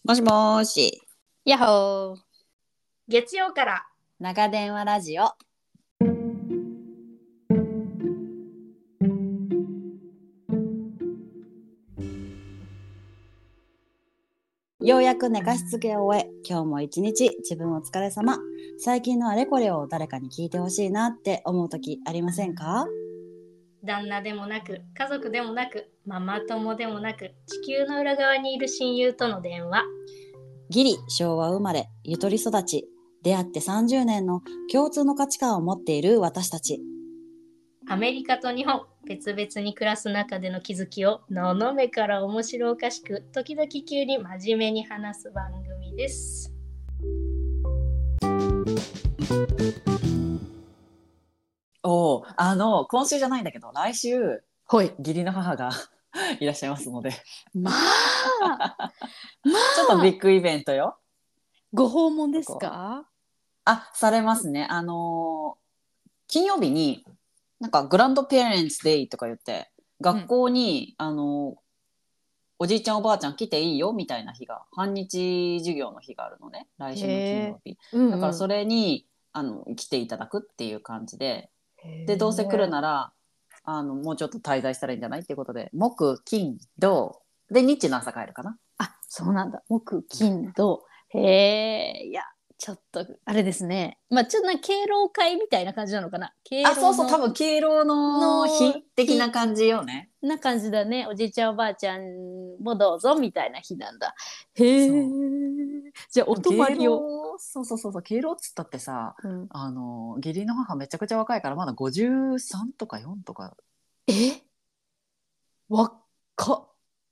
もしもーし。 やっほー。 月曜から長電話ラジオ。ようやく寝かしつけを終え、今日も一日自分お疲れ様。最近のあれこれを誰かに聞いてほしいなって思う時ありませんか？ 旦那でもなく家族でもなくママ友でもなく地球の裏側にいる親友との電話。 ギリ昭和生まれ、ゆとり育ち、出会って30年の共通の価値観を持っている私たち。 アメリカと日本別々に暮らす中での気づきをののめから面白おかしく時々急に真面目に話す番組です。 今週じゃないんだけど、来週ほい。 義理の母がいらっしゃいますので、 まあ、 ちょっとビッグイベントよ。 ご訪問ですか？ されますね。金曜日になんかグランドペアレンツデイとか言って学校に、おじいちゃんおばあちゃん来ていいよみたいな日が、半日授業の日があるのね、来週の金曜日。だからそれに来ていただくっていう感じで、でどうせ来るならもうちょっと滞在したらいいんじゃないっていうことで、木金土で日の朝帰るかな。 あ、そうなんだ。木金土。へえ、いや、ちょっとあれですね。まあちょっと敬老会みたいな感じなのかな。 そうそう、多分敬老の日的な感じよね。 な感じだね。おじいちゃんおばあちゃんもどうぞみたいな日なんだ。へえ。じゃあお泊まりを。 そう敬老っつったってさ、義理の母めちゃくちゃ若いからまだ53とか4とか。 若っ。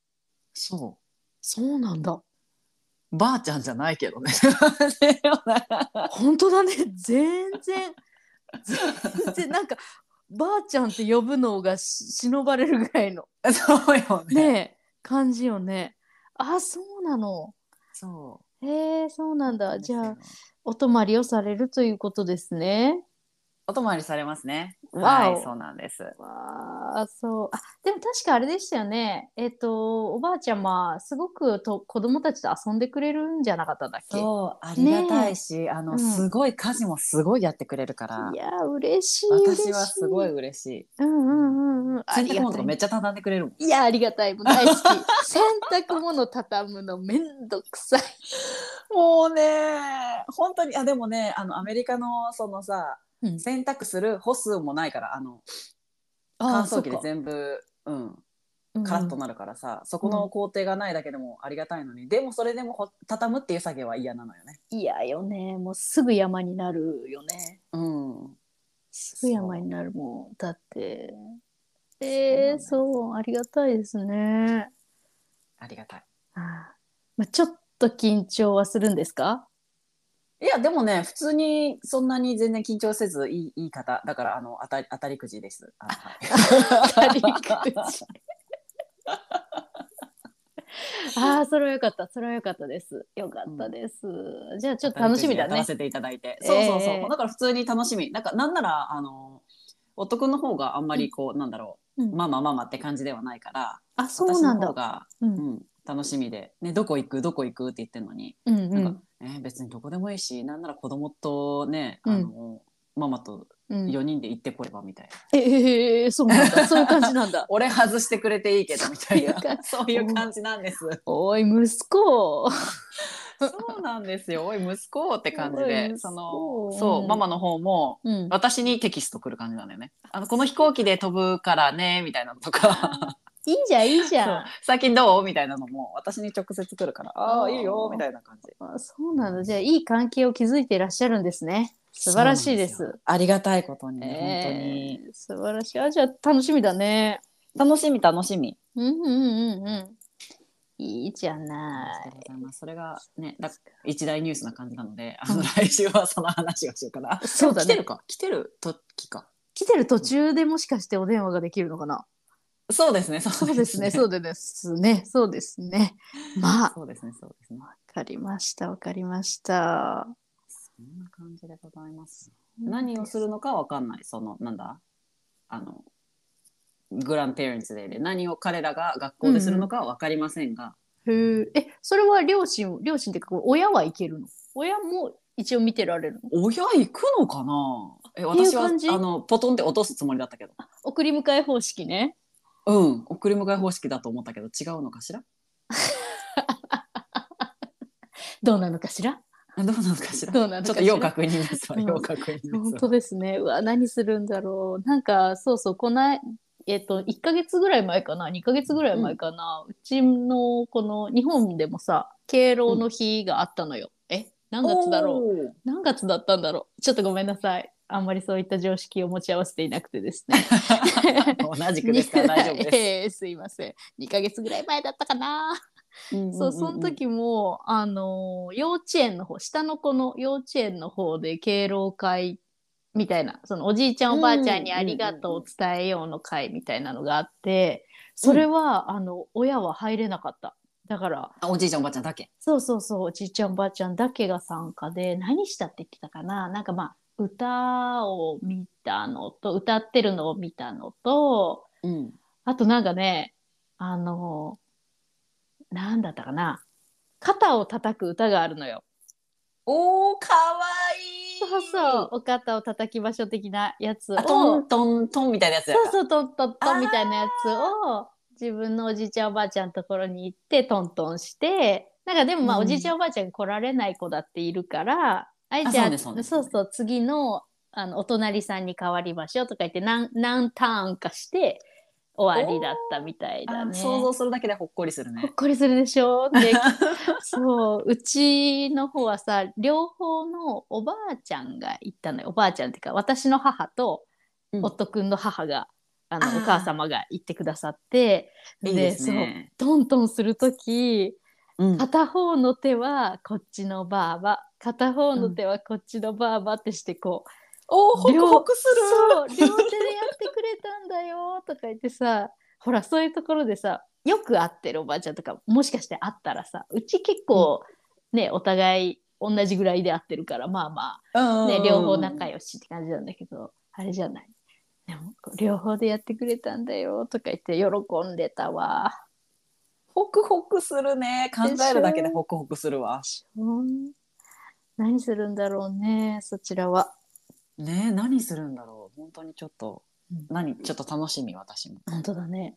そうなんだ。 ばあちゃんじゃないけどね。 本当だね。全然なんかばあちゃんって呼ぶのが忍ばれるぐらいのそうよね。 感じよね。あ、そうなの。そうなんだ。じゃあお泊まりをされるということですね。 お泊まりされますね。 はい、 そうなんです。 そう。でも確かあれでしたよね。おばあちゃま、すごく子供たちと遊んでくれるんじゃなかったんだっけ？ そう、ありがたいし、すごい家事もすごいやってくれるから。 いや、嬉しい。 私はすごい嬉しい。洗濯物とかめっちゃ畳んでくれるもん。 いや、ありがたい。もう大好き。洗濯物畳むのめんどくさい。 もうね、本当に、でもね、アメリカのそのさ、洗濯する歩数もないから、乾燥機で全部カラッとなるからさ、そこの工程がないだけでもありがたいのに、でもそれでも畳むっていう作業は嫌なのよね。 嫌よね。もうすぐ山になるよね。すぐ山になるもん。だって。そう、ありがたいですね。 ありがたい。 ちょっと緊張はするんですか？ いやでもね、普通にそんなに全然緊張せずいい方だから、当たりくじです。 当たりくじ。それはよかった。それはよかったです。よかったです。じゃあちょっと楽しみだね。 当たらせていただいて、そうだから普通に楽しみ。なんなら夫君の方があんまりなんだろう、ママって感じではないから、 そうなんだ。 私の方が楽しみでね、どこ行くって言ってるのに、なんか別にどこでもいいし、なんなら子供とね、ママと4人で行ってこればみたいな。 そうなんだ。そういう感じなんだ。 俺外してくれていいけどみたいな、そういう感じなんです。 おい息子。 そうなんですよ。おい息子って感じで、そうママの方も私にテキスト来る感じなんだよね。この飛行機で飛ぶからねみたいなのとか。 いいじゃんいいじゃん。 最近どうみたいなのも私に直接来るから、いいよみたいな感じ。 そうなんだ。じゃあいい関係を築いていらっしゃるんですね。素晴らしいです。 ありがたいことに、本当に素晴らしい。じゃあ楽しみだね。 楽しみ。 いいじゃない。 それがね、一大ニュースな感じなので、来週はその話をしようかな。 そうだね。 来てる時か。 来てる途中でもしかしてお電話ができるのかな。 そうですね。 そうですね。そうですね。まあ。 そうですね。 わかりました。 そんな感じでございます。何をするのかわかんない。なんだグランペアレンツデーで何を彼らが学校でするのかはわかりませんが、 へえ。それは両親っていうか、親はいけるの？親も一応見てられるの？ 親行くのかな。 ていう私は感じ？ ポトンって落とすつもりだったけど。 送り迎え方式ね。 うん、送り迎え方式だと思ったけど違うのかしら。 どうなのかしら？ どうなのかしら。 どうなのかしら。 ちょっと要確認ですわ。 うん要確認ですわ。 本当ですね。うわ、何するんだろう。なんか、そうそう、1ヶ月ぐらい前かな、2ヶ月ぐらい前かな、うちの、この、日本でもさ、敬老の日があったのよ。何月だろう。 おー何月だったんだろう。ちょっとごめんなさい。あんまりそういった常識を持ち合わせていなくてですね。 同じくですから大丈夫です。 すいません。2ヶ月ぐらい前だったかな。そう、その時。 時も、幼稚園の方、下の子の幼稚園の方で敬老会みたいな、そのおじいちゃんおばあちゃんにありがとうを伝えようの会みたいなのがあって、それは、親は入れなかった。だから、 おじいちゃんおばあちゃんだけ。 そうそうそう、おじいちゃんおばあちゃんだけが参加で、何したって言ってたかな。なんかまあ、歌を見たのと、歌ってるのを見たのと、 うん。 あとなんかね、あの、なんだったかな。肩を叩く歌があるのよ。 おー、かわいい。 そうそう、お肩を叩きましょう的なやつあ、トを、 ントントンみたいなやつやか。 そうそう、トントントンみたいなやつあを、自分のおじいちゃんおばあちゃんのところに行ってトントンして、なんかでもまあ、おじいちゃんおばあちゃん来られない子だっているから、じゃあ、 そうね、そうね。 そうそう、次の、お隣さんに変わりましょうとか言って何ターンかして終わりだったみたいだ想ね。 像するだけでほっこりするほっね。 こりするでしょ。で、そう、うちの方はさ、両方のおばあちゃんが行ったのよ。おばあちゃんっていうか、私の母とうん夫くんの母が、お母あ様が行ってくださって、 いいですそう、 ね。 トントンするとき、 うん。 片方の手はこっちのばあば、片方の手はこっちのばあばってしてこおー、 う、 ホクホクする。 そう、両手でやってくれたんだよとか言ってさ、ほら、そういうところでさ、よく会ってるおばあちゃんとか、もしかして会ったらさ、うち結構ね、お互い同じぐらいで会ってるから、まあまあ、ね、両方仲良しって感じなんだけど、あれじゃない。でも、両方でやってくれたんだよとか言って喜んでたわ。 ホクホクするね。考えるだけでホクホクするわ。 何するんだろうね、そちらは。 ねえ、何するんだろう。本当にちょっと、 うんちょっと楽しみ、私も。 本当だね。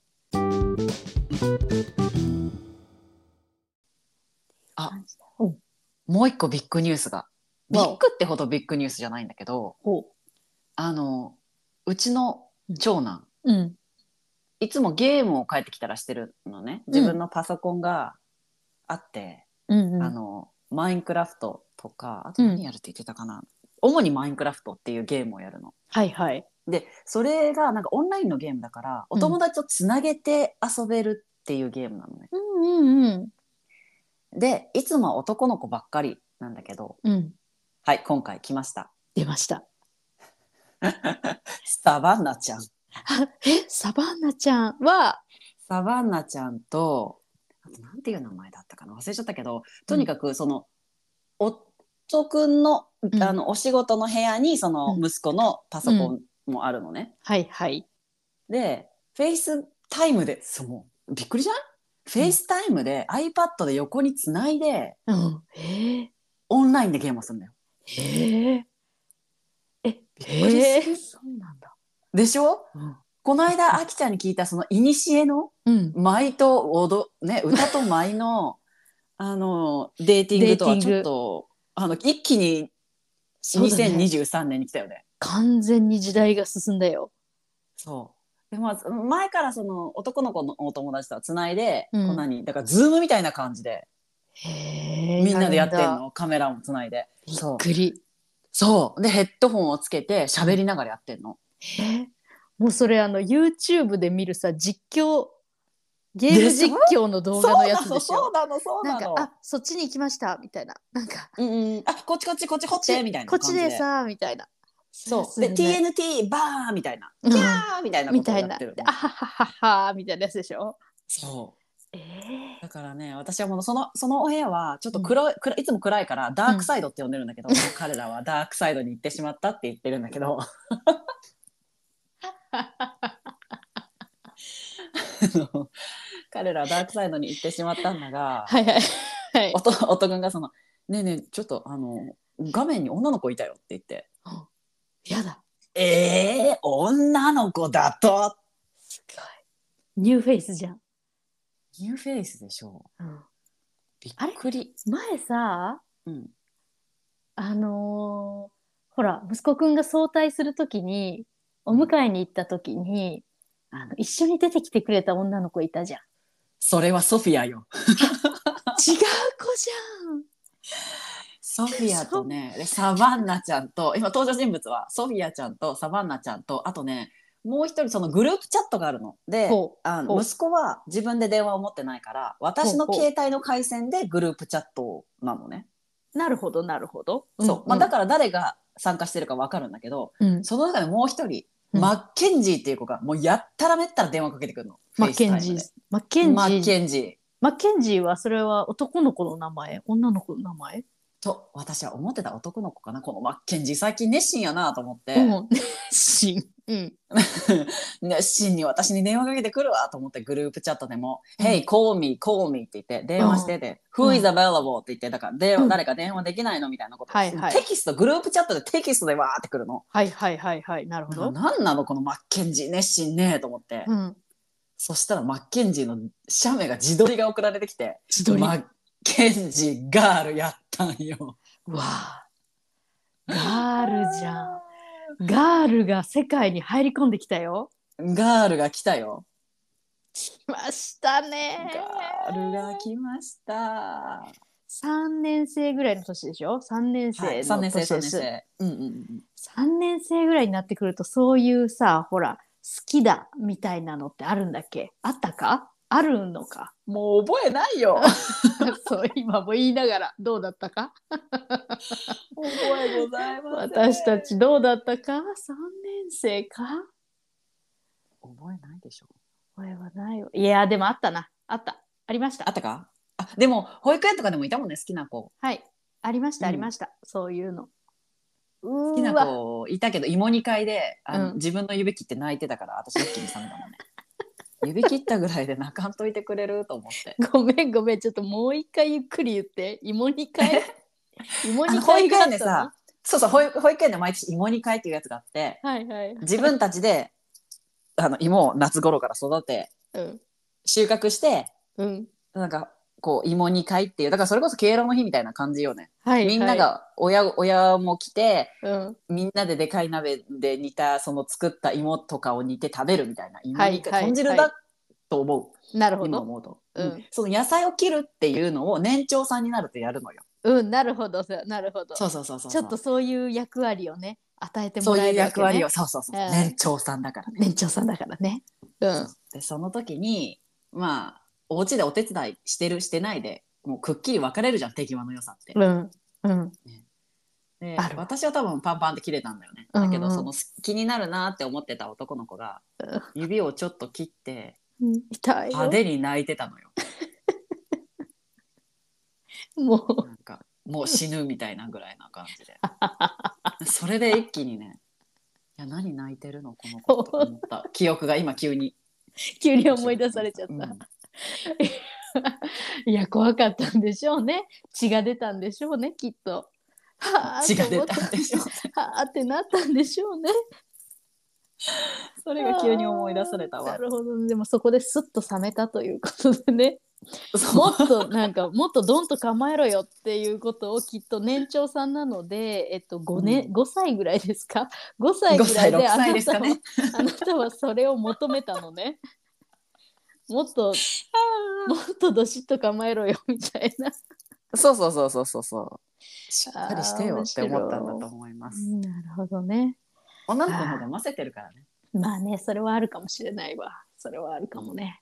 あ、 うんもう一個ビッグニュースが。ビわおッグってほどビッグニュースじゃないんだけど、 ほあの、うちの長男、 う。うん。 いつもゲームを帰ってきたらしてるのね。自分のパソコンがあって、 うんうん。 マインクラフトとか、あと何やるって言ってたかな。主にマインクラフトっていうゲームをやるの。 はいはい。 で、それがなんかオンラインのゲームだから、お友達とつなげて遊べるっていうゲームなのね。 うんうんで、いつもは男の子ばっかりなんだけど、 うん。うん。 はい、今回来ました。 出ました。 サバンナちゃん。 サバンナちゃんは、 サバンナちゃんと、あとなんていう名前だったかな忘れちゃったけど、とにかくその、夫くんの、お仕事の部屋にその息子のパソコンもあるのね。 はいはい。 で、フェイスタイムで、びっくりじゃん？フェイスタイムで iPad で横につないで、オンラインでゲームをするんだよ。びっくりする。 そうなんだ。 でしょ？この間、あきちゃんに聞いたそのいにしえの舞と歌と舞のデーティングとはちょっと一気に2023年に来たよね。 完全に時代が進んだよ。 そうで、前からその男の子のお友達とはつないで、だからズームみたいな感じでみんなでやってんの。カメラもつないで。 びっくり。 そうでヘッドホンをつけて喋りながらやってんの。 もうそれYouTube で見るさ、ゲーム実況の動画のやつでしょ。 そうなの。 なんかそっちに行きましたみたいな。なんかこっち掘ってみたいなこっちでさみたいな。 そうで TNT バーみたいなキャーみたいなことをやってるの。 あははははみたいなやつでしょ。 そうだからね、私はもうそのお部屋はちょっといつも暗いからダークサイドって呼んでるんだけど、彼らはダークサイドに行ってしまったって言ってるんだけど彼らはダークサイドに行ってしまったんだが、 はいはいはい。 夫君がねえねえちょっと画面に女の子いたよって言って、 やだ。 女の子だと、 すごい。ニューフェイスじゃん。 ニューフェイスでしょ。 うん、 びっくり。 前さ、 うんほら息子くんが早退するときにお迎えに行ったときに、一緒に出てきてくれた女の子いたじゃん。 それはソフィアよ。 違う子じゃん。 ソフィアとね、でサバンナちゃんと、今登場人物はソフィアちゃんとサバンナちゃんと、あとね、もう一人そのグループチャットがあるので、 ほう息子は自分で電話を持ってないから私の携帯の回線でグループチャットなのね。 なるほどなるほど。 そう、だから誰が参加してるか分かるんだけど、その中でもう一人、マッケンジーっていう子がもうやったらめったら電話かけてくるの。 マッケンジー。マッケンジーはそれは男の子の名前、女の子の名前と私は思ってた。男の子かな、このマッケンジー。最近熱心やなと思って、熱心に私に電話かけてくるわと思って、グループチャットでも「Hey, call me, call me」って言って電話してて「Who is available」って言って、だから誰か電話できないのみたいなこと、テキスト、グループチャットでテキストでわーってくるの。 はいはいはいはい、なるほど。 なんなのこのマッケンジー熱心ねと思って、そしたらマッケンジーの写メが自撮りが送られてきて、マッケンジーガールやったんよ。 わあ、ガールじゃん。ガールが世界に入り込んできたよ。 ガールが来たよ。 来ましたね。 ガールが来ました。 3年生ぐらいの年でしょ。3年生の年です。3年生ぐらいになってくると、そういうさ、ほら好きだみたいなのってあるんだっけ？あったか？あるのか？ もう覚えないよ。 そう、今も言いながらどうだったか？ 覚えございません。 私たちどうだったか？ 3 年生か？ 覚えないでしょ。 覚えはないよ。いやでもあったな。ありました。 あったか？でも保育園とかでもいたもんね、好きな子。 はい、ありました、ありました。そういうの。 好きな子いたけど、芋煮会で自分の指切って泣いてたから、私一気に冷めたもんね。指切ったぐらいで泣かんといてくれると思って。 ごめんごめん、ちょっともう一回ゆっくり言って。芋煮会保育園でさ、そう保育園で毎年芋煮会っていうやつがあって、自分たちで芋を夏頃から育て、収穫して、なんかこう芋煮会っていう、だからそれこそ敬老の日みたいな感じよね。みんなが親も来て、みんなででかい鍋で煮たその作った芋とかを煮て食べるみたいな芋煮会、豚汁だと思う。 なるほど。 今思うと、その野菜を切るっていうのを年長さんになるとやるのよ。 なるほどなるほど。そうちょっとそういう役割をね与えてもらえるわけね。そういう役割を、年長さんだからね。 年長さんだからね。 でその時にまあお家でお手伝いしてるしてないでもうくっきり分かれるじゃん、手際の良さって。で私は多分パンパンって切れたんだよね。だけどその気になるなって思ってた男の子が指をちょっと切って派手に泣いてたのよ。なんかもう死ぬみたいなぐらいな感じでそれで一気にね、いや何泣いてるのこの子と思った記憶が今急に思い出されちゃった。いや怖かったんでしょうね。血が出たんでしょうね、きっと。 血が出たんでしょうね。 はあってなったんでしょうね。 それが急に思い出されたわ。 なるほど。でもそこでスッと冷めたということでね。もっともっとドンと構えろよっていうことをきっと年長さんなので、5歳ぐらいですか？ 5 歳ぐらいであなたはそれを求めたのね。もっとどしっと構えろよみたいな。 そうしっかりしてよって思ったんだと思います。 なるほどね。 女の子の方がませてるからね。 まあね、それはあるかもしれないわ。それはあるかもね。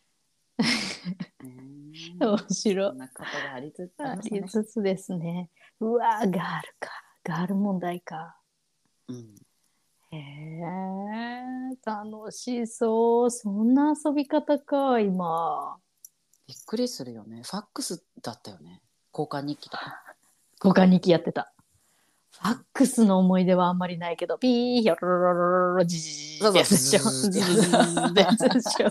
面白い。 そんなことがありつつですね。うわガールか。ガール問題か。へえ、楽しそう。そんな遊び方か、今。 びっくりするよね。ファックスだったよね。交換日記とか。 交換日記やってた。 ファックスの思い出はあんまりないけど、ピーヒョロロロロロジジジってやつでしょ。 そうそうズズズズってやつでしょ。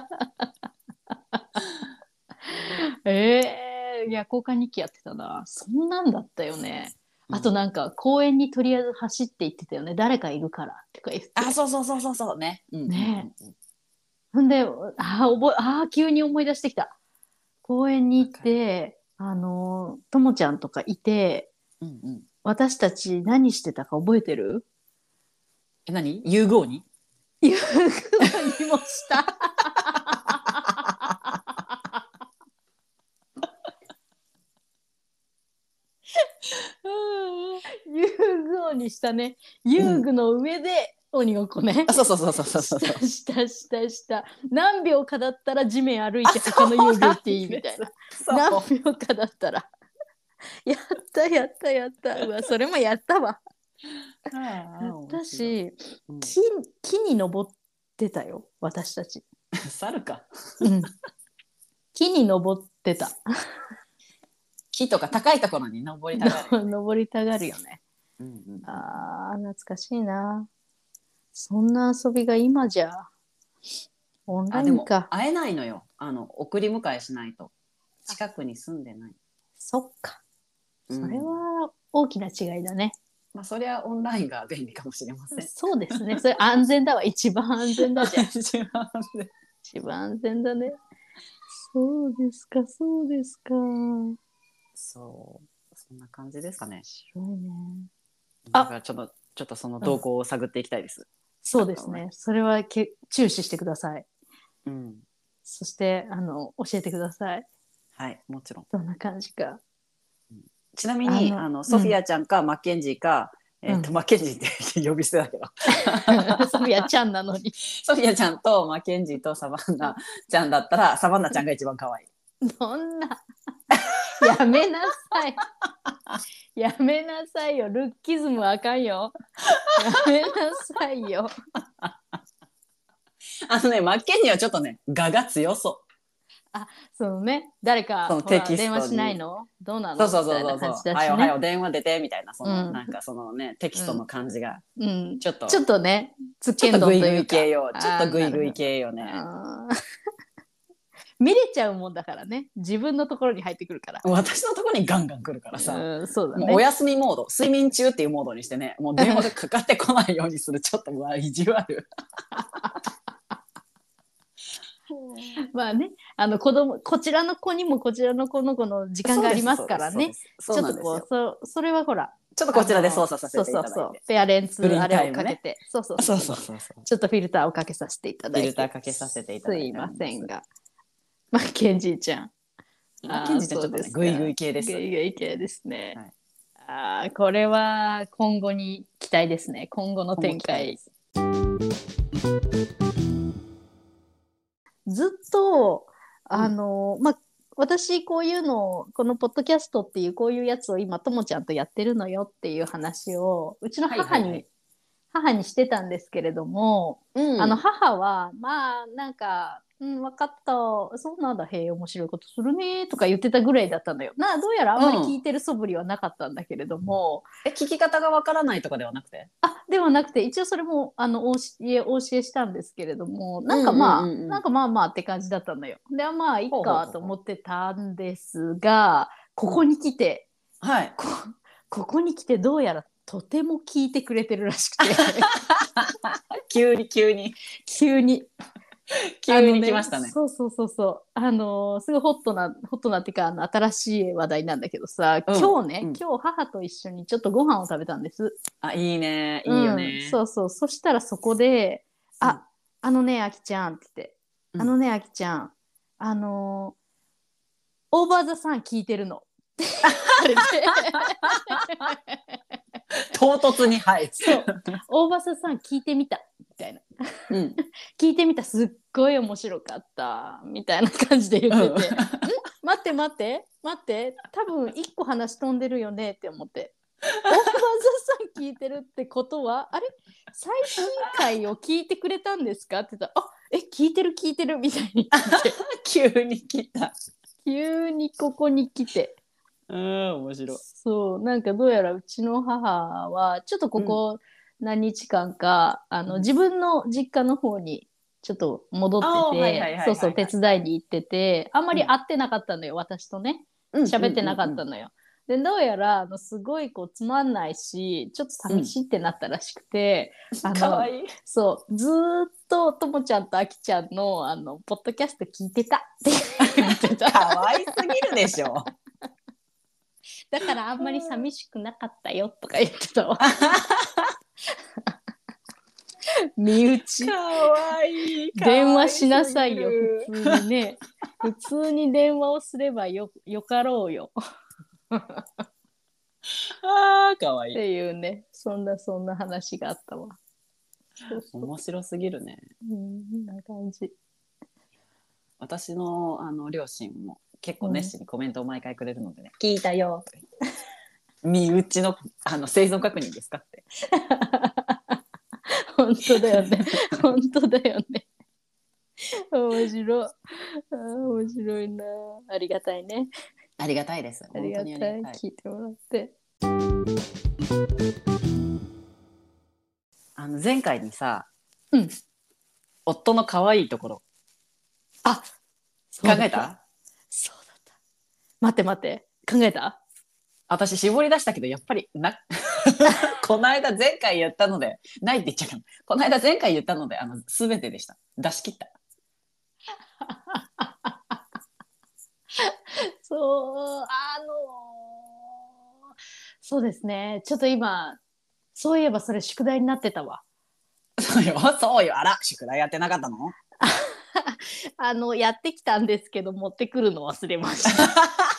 いや、交換日記やってたな。そんなんだったよね。あとなんか公園にとりあえず走って行ってたよね。誰かいるからとか言って。 あ、そうね。 ね。ほんで、急に思い出してきた。公園に行って、ともちゃんとかいて、私たち何してたか覚えてる？ 何？遊具に？ 遊具にもした。遊具王にしたね。遊具の上で鬼ごっこね。 そう。 した何秒かだったら地面歩いて他の遊具行っていいみたいな。何秒かだったら。やったうわ、それもやったわ。やったし、木に登ってたよ、私たち。 猿か。 木に登ってた。 木とか高いところに登りたがる。 登りたがるよね。懐かしいな。そんな遊びが今じゃオンラインか。 会えないのよ。送り迎えしないと。近くに住んでない。 そっか。それは大きな違いだね。 まあそりゃオンラインが便利かもしれません。 そうですね。それ安全だわ。一番安全だじゃん。 一番安全だね。そうですか。 そんな感じですかね。 面白いね。 だからちょっとその動向を探っていきたいです。 そうですね。それは注視してください。そして教えてください。 はい、もちろん。 どんな感じか。 ちなみにソフィアちゃんかマッケンジーか、マッケンジーって呼び捨てだけどソフィアちゃんなのにソフィアちゃんとマッケンジーとサバンナちゃんだったらサバンナちゃんが一番可愛い。 どんなやめなさいやめなさいよ。ルッキズムあかんよ。やめなさいよ。 マッケンジーはちょっとね我が強そう。 そのね、誰かほら電話しないの？どうなの？ そう。はよ電話出てみたいななんかテキストの感じがちょっとね、つっけんどんというか、 ちょっとグイグイ系よね。 見れちゃうもんだからね。自分のところに入ってくるから。 私のところにガンガン来るからさ。 そうだね。 もうお休みモード、睡眠中っていうモードにしてね、もう電話がかかってこないようにする。ちょっと意地悪。 まあね、こちらの子にもこちらの子の時間がありますからね。ちょっとそれはほら。 ちょっとこちらで操作させていただいて。そう。 ペアレンツあれをかけて。そう。ちょっとフィルターをかけさせていただいて。 フィルターかけさせていただいて。 すいませんが。マッケンジーちゃん。 マッケンジーちゃんちょっとね、グイグイ系です。 グイグイ系ですね。これは今後に期待ですね。今後の展開。ずっと私こういうのこのポッドキャストっていうこういうやつを今ともちゃんとやってるのよっていう話をうちの母にしてたんですけれども、母はまあなんか分かった、そうなんだ、へえ面白いことするねとか言ってたぐらいだったのよ。どうやらあんまり聞いてる素振りはなかったんだけれども、 聞き方がわからないとかではなくて？ ではなくて、一応それもお教えしたんですけれども、なんかまあって感じだったのよ。でまあいいかと思ってたんですが、ここに来て、ここに来てどうやらとても聞いてくれてるらしくて急に来ましたね。 そうすごいホットなっていうか新しい話題なんだけどさ、今日母と一緒にちょっとご飯を食べたんです。 いいね、いいよね。 そしたらそこであねあきちゃんって言って、ねあきちゃんオーバーザさん聞いてるの唐突にそうオーバーザさん聞いてみたみたいな、聞いてみた、すっごい面白かったみたいな感じで言ってて、待って多分1個話飛んでるよねって思って、オーバーザさん聞いてるってことはあれ最新回を聞いてくれたんですかって言ったら聞いてるみたいに言って急に来た。 急にここに来て面白い。 そうなんかどうやらうちの母はちょっとここ何日間か、自分の実家の方にちょっと戻ってて、そうそう手伝いに行ってて、あんまり会ってなかったのよ、私とね。喋ってなかったのよ。でどうやらすごいこうつまんないしちょっと寂しいってなったらしくて、 かわいい。 そうずーっとともちゃんとあきちゃんのポッドキャスト聞いてたって言ってた。 かわいすぎるでしょ。 だからあんまり寂しくなかったよとか言ってたわ。身内。 かわいい。 電話しなさいよ、普通にね。普通に電話をすればよかろうよ。 かわいい。 っていうね、そんな話があったわ。 面白すぎるね。 こんな感じ。 私の両親も結構熱心にコメントを毎回くれるのでね、聞いたよとか言って。身内の生存確認ですかって。 本当だよね。本当だよね。面白い。面白いな。ありがたいね。 ありがたいです。 ありがたい。 本当にありがたい。 聞いてもらって。 前回にさ、夫の可愛いところ。 あ、 考えた？ そうだった。待って。考えた？ 私絞り出したけどやっぱりこの間前回言ったのでないって言っちゃう。この間前回言ったので全てでした。出し切った。 そうそうですね。ちょっと今そういえばそれ宿題になってたわ。 そうよ。あら宿題やってなかったの？ やってきたんですけど持ってくるの忘れました。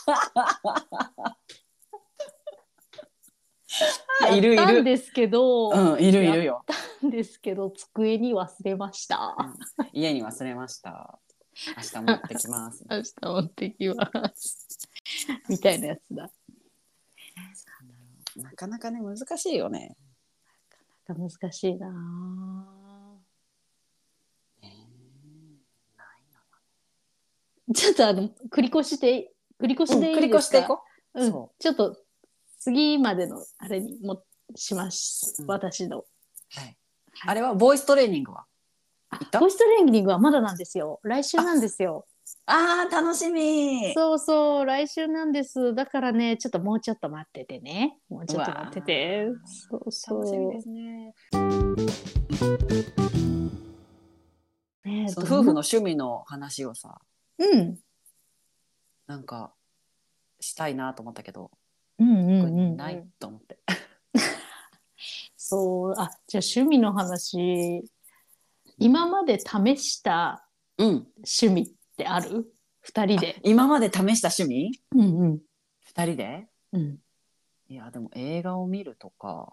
いるやったんですけど、 いるよ。 やったんですけど机に忘れました。 家に忘れました。明日持ってきます。 明日持ってきます。みたいなやつだ。 なかなかね難しいよね。 なかなか難しいな。ちょっと繰り越しでいいですか？ちょっと次までのあれにもします、私の。 あれはボイストレーニングは？ ボイストレーニングはまだなんですよ。来週なんですよ。 楽しみ。 そう来週なんです。だからねちょっともうちょっと待っててね。もうちょっと待ってて。 楽しみですね。夫婦の趣味の話をさ、なんかしたいなと思ったけど、ないと思って。 そうじゃあ趣味の話、今まで試した趣味ってある？2人で。 今まで試した趣味？2人で？いやでも映画を見るとか、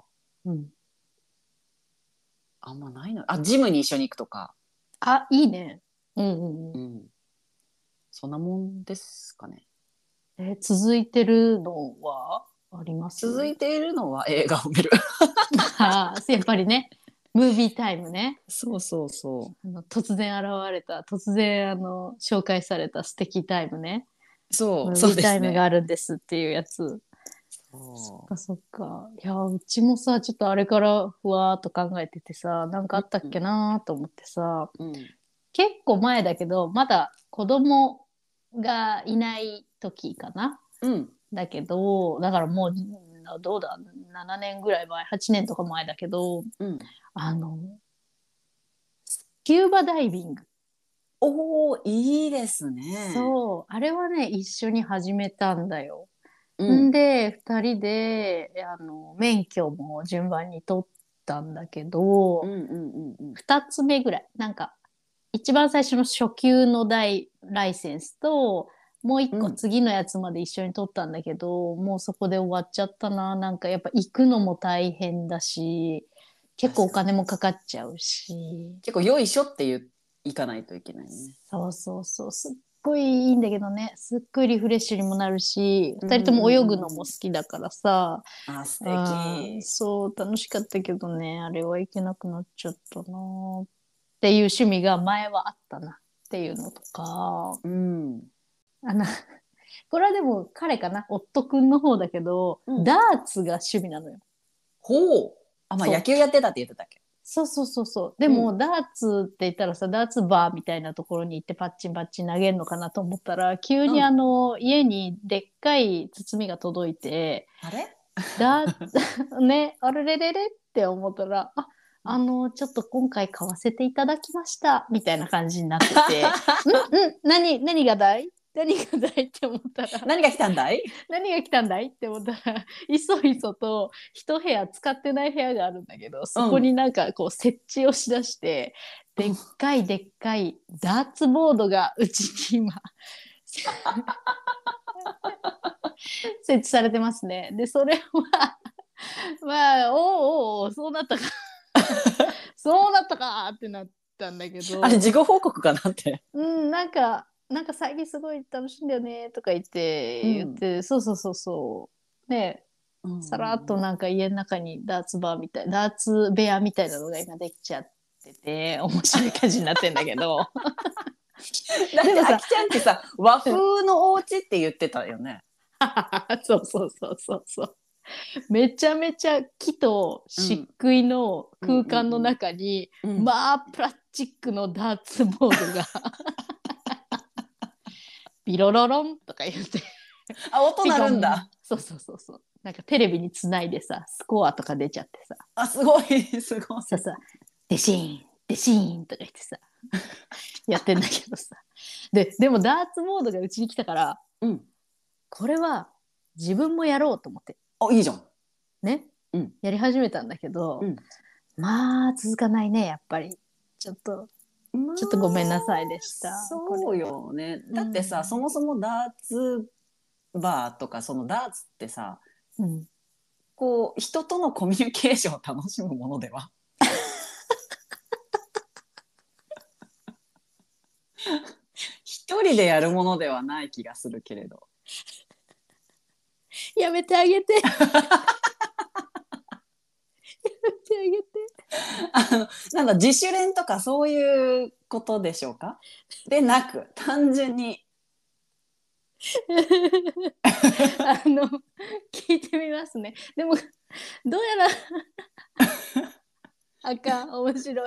あんまないの。ジムに一緒に行くとか。 いいね。 そんなもんですかね。 続いてるのはあります？ 続いているのは映画を見る。 やっぱりね、ムービータイムね。 そう。 突然紹介された素敵タイムね。 そうムービータイムがあるんですっていうやつ。そっか。いやうちもさちょっとあれからふわーっと考えててさ、なんかあったっけなと思ってさ、結構前だけどまだ子供がいない時かな。だけどだからもうどうだ7年ぐらい前、8年とか前だけど、スキューバダイビング。 いいですね。 そうあれはね一緒に始めたんだよ。で2人で免許も順番に取ったんだけど、2つ目ぐらいなんか一番最初の初級のライセンスともう一個次のやつまで一緒に取ったんだけど、もうそこで終わっちゃったな。なんかやっぱ行くのも大変だし結構お金もかかっちゃうし、 結構よいしょって行かないといけないね。 そうすっごいいいんだけどね、すっごいリフレッシュにもなるし、2人とも泳ぐのも好きだからさ、 素敵。 そう楽しかったけどね、あれは行けなくなっちゃったなっていう趣味が前はあったなっていうのとか、 これはでも彼かな、夫くんの方だけど、 うんダーツが趣味なのよ。 ほう。あ、まあそう野球やってたって言ってたっけ。 そうそうそうそう。でも、ダーツって言ったらさ、ダーツバーみたいなところに行ってパッチンパッチン投げるのかなと思ったら、急にうん家にでっかい包みが届いて、 あれね、あれれれれって思ったら、ちょっと今回買わせていただきました、みたいな感じになってて、何がだい何がだいって思ったら、 何が来たんだい。 何が来たんだいって思ったら、いそいそと一部屋使ってない部屋があるんだけど、そこになんかこう設置をしだして、でっかいでっかいダーツボードがうちに今、設置されてますね。で、それは、まあ、おうそうなったか。そうなったかってなったんだけど。 あれ事後報告かなって。 なんか最近すごい楽しいんだよねとか言って、そうそうそうそうね、さらっとなんか家の中にダーツバーみたい、ダーツ部屋みたいなのが今できちゃってて面白い感じになってんだけど。 だってあきちゃんってさ和風のお家って言ってたよね。 そうそうそうそうそう。めちゃめちゃ木と漆喰の空間の中に、まあプラスチックのダーツボードがビロロロンとか言ってあ、音鳴るんだ。 そうそうそうそう。なんかテレビにつないでさ、スコアとか出ちゃってさ。 あ、すごいすごい。 さデシーンデシーンとか言ってさやってんだけどさ。でもダーツボードがうちに来たから、これは自分もやろうと思って。 あ、いいじゃん。 ね、やり始めたんだけど、まあ続かないね、やっぱり。ちょっとごめんなさいでした。 そうよね。だってさ、そもそもダーツバーとかそのダーツってさ、こう人とのコミュニケーションを楽しむものでは一人でやるものではない気がするけれど。 やめてあげて。やめてあげて。 なんだ自主練とかそういうことでしょうか。でなく単純に聞いてみますね。でもどうやらあかん、面白い。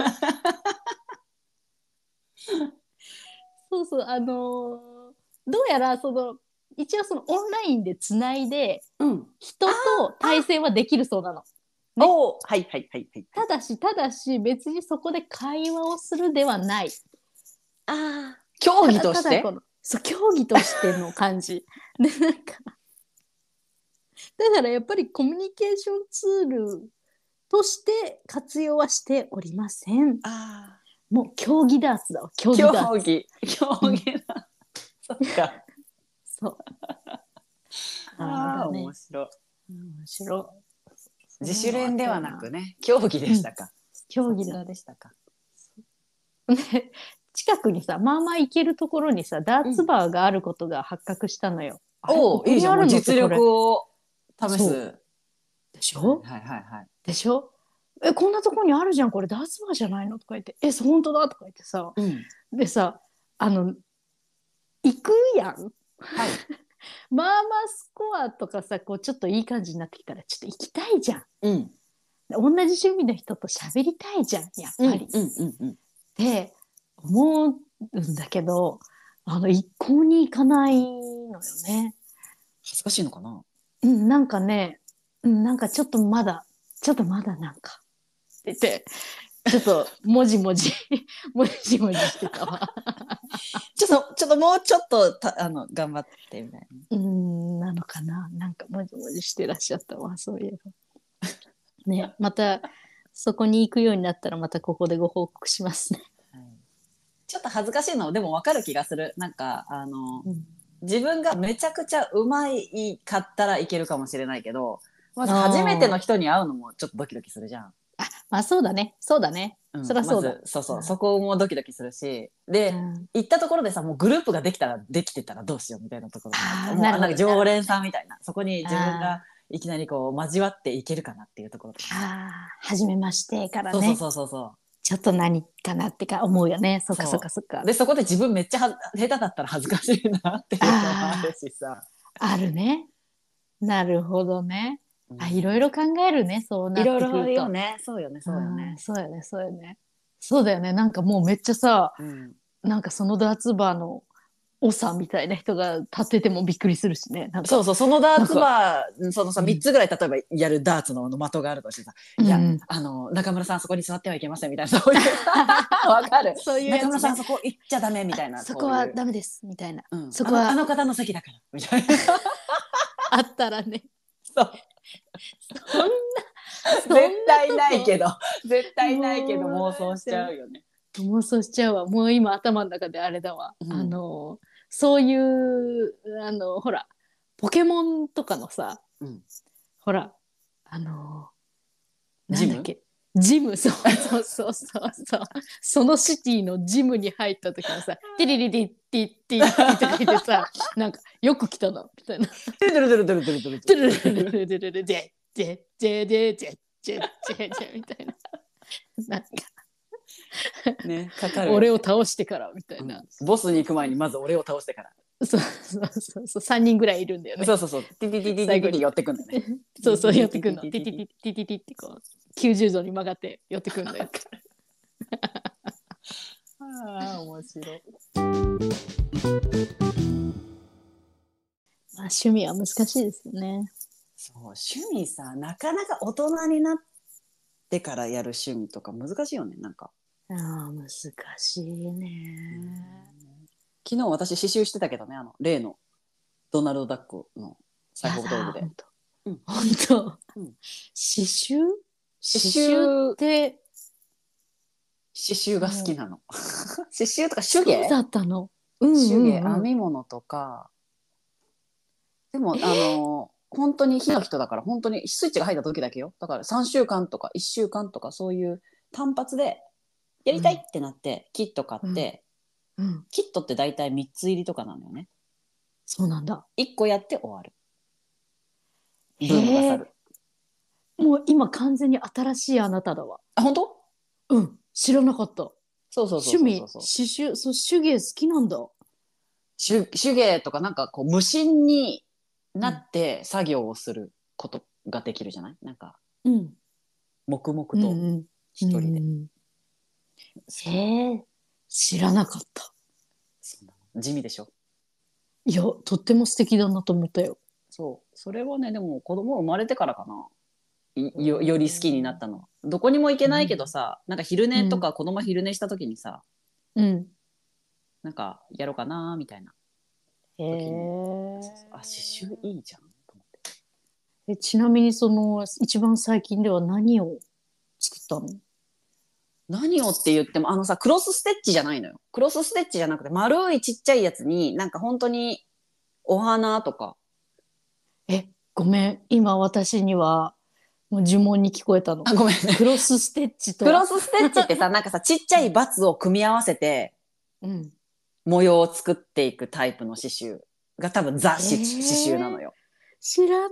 そうそう、どうやら一応そのオンラインでつないで、人と対戦はできるそうなの。 ね、はいはいはいはい。 ただし別にそこで会話をするではない。 競技として。 そう競技としての感じ。でなんかだからやっぱりコミュニケーションツールとして活用はしておりません。もう競技ダーツだわ。競技ダーツ。 競技だ。そっか。 そう。 面白い。 面白い。 自主練ではなくね、競技でしたか。 競技でしたか。近くにさ、まあまあ行けるところにさ、ダーツバーがあることが発覚したのよ。 いいじゃん。実力を試す。 でしょ？ はいはいはい。 でしょ？こんなところにあるじゃん、これダーツバーじゃないのとか言って、本当だとか言ってさ、でさ、行くやん。はい。まあまあスコアとかさ、こうちょっといい感じになってきたらちょっと行きたいじゃん。同じ趣味の人と喋りたいじゃん、やっぱり。って思うんだけど、一向に行かないのよね。 恥ずかしいのかな。 なんかね、なんかちょっとまだなんかって言って、ちょっともじもじしてたわ。 ちょっともうちょっと頑張ってみたいな。なのかな。なんかもじもじしてらっしゃったわ、そういえば。ね、またそこに行くようになったらまたここでご報告しますね。 ちょっと恥ずかしいのでも分かる気がする。なんか自分がめちゃくちゃうまいかったらいけるかもしれないけど、まず初めての人に会うのもちょっとドキドキするじゃん。 まあそうだね。そりゃそうだ。 そこもドキドキするし、で、行ったところでさ、もうグループができてたらどうしようみたいなところもうなんか常連さんみたいな、そこに自分がいきなりこう交わっていけるかなっていうところとか。 初めましてからね。 そう。 ちょっと何かなってか思うよね。そっかそうそっかそっか。 でそこで自分めっちゃ下手だったら恥ずかしいなっていうのもあるしさ、 あるね。なるほどね。 うんいろいろ考えるね。そうないっろいてくると。 ろよね、そうよね、そうよね。 そうよね、そうよね。そうだよね。なんかもうめっちゃさ、 うんなんかそのダーツバーの長みたいな人が立っててもびっくりするしね。なんか、 そうそう、そのダーツなんか、 バー、そのさ、 うん 3つぐらい例えばやるダーツの的があるとしてさ、いや、 うん中村さんそこに座ってはいけませんみたいな、そういうわかる。 そういうやつね中村さんそこ行っちゃダメみたいな、 そこはこういう。 ダメですみたいな。 うん、 そこはあの方の席だから、みたいな。 あったらね。 そうそんな、 絶対ないけど。 ど、絶対ないけどもう妄想しちゃうよね。 妄想しちゃうわ。もう今頭の中であれだわ。 うんそういう、ほら、ポケモンとかのさ、 うんほら、あのなジムんだっけ、ジム、そうそうそうそうそう。そのシティのジムに入った時のさ、ティリリリッティッティッティとか言ってさ、なんか、よく来たな、みたいな。 ドゥルドゥルドゥルドゥルドゥルトゥルルルルルルルルジェジェジェジェジェジェジェジェみたいな。なんか、 ね、かかるよ。 俺を倒してからみたいな。 ボスに行く前にまず俺を倒してから。 そうそうそうそう、3人ぐらいいるんだよね。 そうそうそう。ティティティティティティ寄ってくんだね。 そうそう、寄ってくんの。ティティティティティティティってこう、90度に曲がって寄ってくんだよ。 ああ、面白い。 まあ、趣味は難しいですよね。 そう、趣味さ、なかなか大人になってからやる趣味とか難しいよね、なんか。 ああ、難しいね。 昨日私刺繍してたけどね、例のドナルド・ダックの裁縫道具で。うん本当。 うん刺繍？刺繍繍って刺繍が好きなの。刺繍とか手そう芸だったの。うん手芸、 うんうん。 編み物とか。でも、本当に火の人だから本当にスイッチが入った時だけよ。だから3週間とか1週間とかそういう単発でやりたいってなってキット買って、 うん。 キットって大体3つ入りとかなのよね。 そうなんだ。 1個やって終わる。 へブームが去え。 る。 もう今完全に新しいあなただわ。 あ、本当？ うん。知らなかった。 そうそうそう趣味、 そうそう。 刺繍、そう、手芸好きなんだ。 手芸とかなんかこう無心になって作業をすることができるじゃない？なんかうん。 黙々とうんうん。 一人で。 うんへえ。知らなかった。 そうなの。地味でしょ？ いや、とっても素敵だなと思ったよ。 そう。それはね、でも子供生まれてからかな。より好きになったのは。どこにも行けないけどさ、なんか昼寝とか子供昼寝した時にさ、 うん。 なんかやろうかなみたいな。 へえ。 あ、刺繍いいじゃんと思って。 ちなみにその一番最近では何を作ったの？ 何をって言ってもさクロスステッチじゃないのよ。クロスステッチじゃなくて丸いちっちゃいやつになんか本当にお花とか。 ごめん。今私にはもう呪文に聞こえたの。 あ、ごめんね。 クロスステッチとクは。 ロスステッチってさなんかさちっちゃいバツを組み合わせてうん。 模様を作っていくタイプの刺繍が多分ザ刺繍なのよ。 知らない。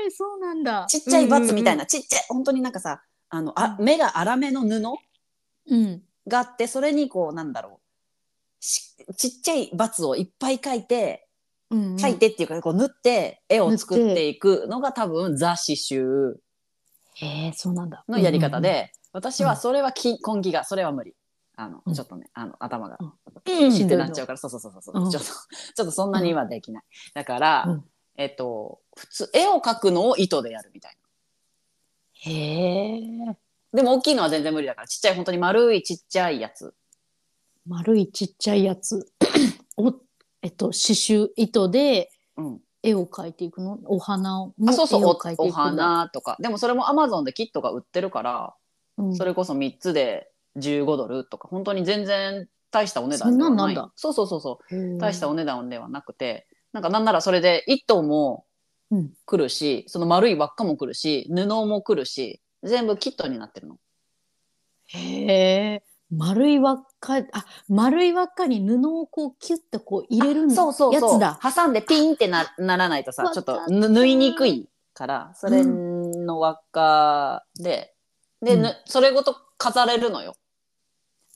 そうなんだ。 ちっちゃいバツみたいな、 うんちっちゃい本当になんかさ目が粗めの布うんうん。 があってそれにこうなんだろうちっちゃいバツをいっぱい描いて、 うんうん。 描いてっていうかこう縫って絵を作っていくのが多分ザ刺繍へえ、そうなんだ。 のやり方で、 うんうん私はそれは根気がそれは無理。 うんちょっとね頭がうんシンってなっちゃうから、そうそうそうそう、 うんちょっとそんなにはできない。だから、 うん普通絵を描くのを糸でやるみたいへえ。 な。でも大きいのは全然無理だからちっちゃい本当に丸いちっちゃいやつ。 丸いちっちゃいやつを、刺繍糸でうん絵を描いていくの？お花をあ、そうそう、 絵を描いておいくんだ。 花とか。でもそれもアマゾンでキットが売ってるから、 うんそれこそ3つで15ドルとか、本当に全然大したお値段ではない。 そんなんなんだ。 そうそうそうそう。 へー大したお値段ではなくて、なんならそれで1頭もうん来るし、その丸い輪っかも来るし、布も来るし、全部キットになってるの。 へえ。丸い輪っか、丸い輪っかに布をこうキュッとこう入れるそうそうそう。 やつだ。 挟んでピンってならないとさ、ちょっとわかった縫いにくいから、それの輪っかで、 うんそれごと飾れるのよ。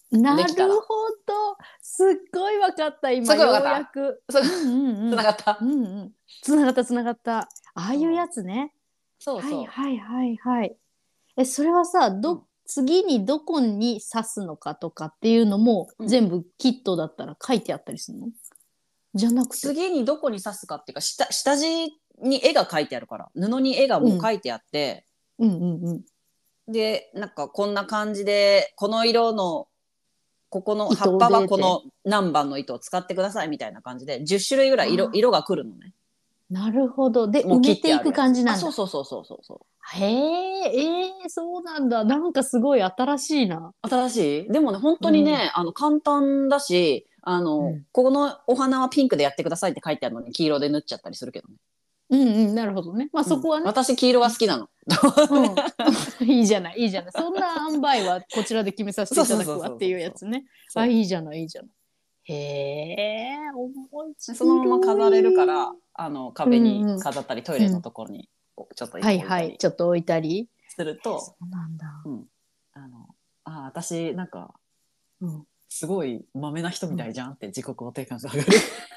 なるできたらほど。すっごい分かった今ようすごい分かったやく。 そううんうんつながったうんうん。つながったつながった。ああいうやつね。はいそうそうはいはいはい。それはさ、次にどこに刺すのかとかっていうのも、 うん全部キットだったら書いてあったりするの？じゃなくて。 次にどこに刺すかっていうか下地に絵が描いてあるから布に絵がもう描いてあって、 うんうんうん。 でなんかこんな感じでこの色のここの葉っ糸でて。 ぱはこの何番の糸を使ってくださいみたいな感じで10種類ぐらいあ色が来るのね。 なるほど。で、 もう切埋めていくってあるやつ。あ、 感じなんだ。 そうそうそうそうそうそう。 へえ、そうなんだ。なんかすごい新しいな。 新しいでもね本当にね、簡単だしうんここのお花はピンクでやってくださいって書いてあるのに黄色で塗っちゃったりするけどね。 うんうん、なるほどね。まあそこはね。 私黄色が好きなの。 うん。いいじゃない、いいじゃない。そんな塩梅はこちらで決めさせていただくわっていうやつね。 そうあ、いいじゃない、いいじゃない。へえ、面白い。 そのまま飾れるから壁にうんうん飾ったり、トイレのところにこうちょっと置はいはい、 いたりちょっと置いたり。 すると、 そうなんだ。 うん私なんかうんすごいマメな人みたいじゃんって自己肯定感が上がる。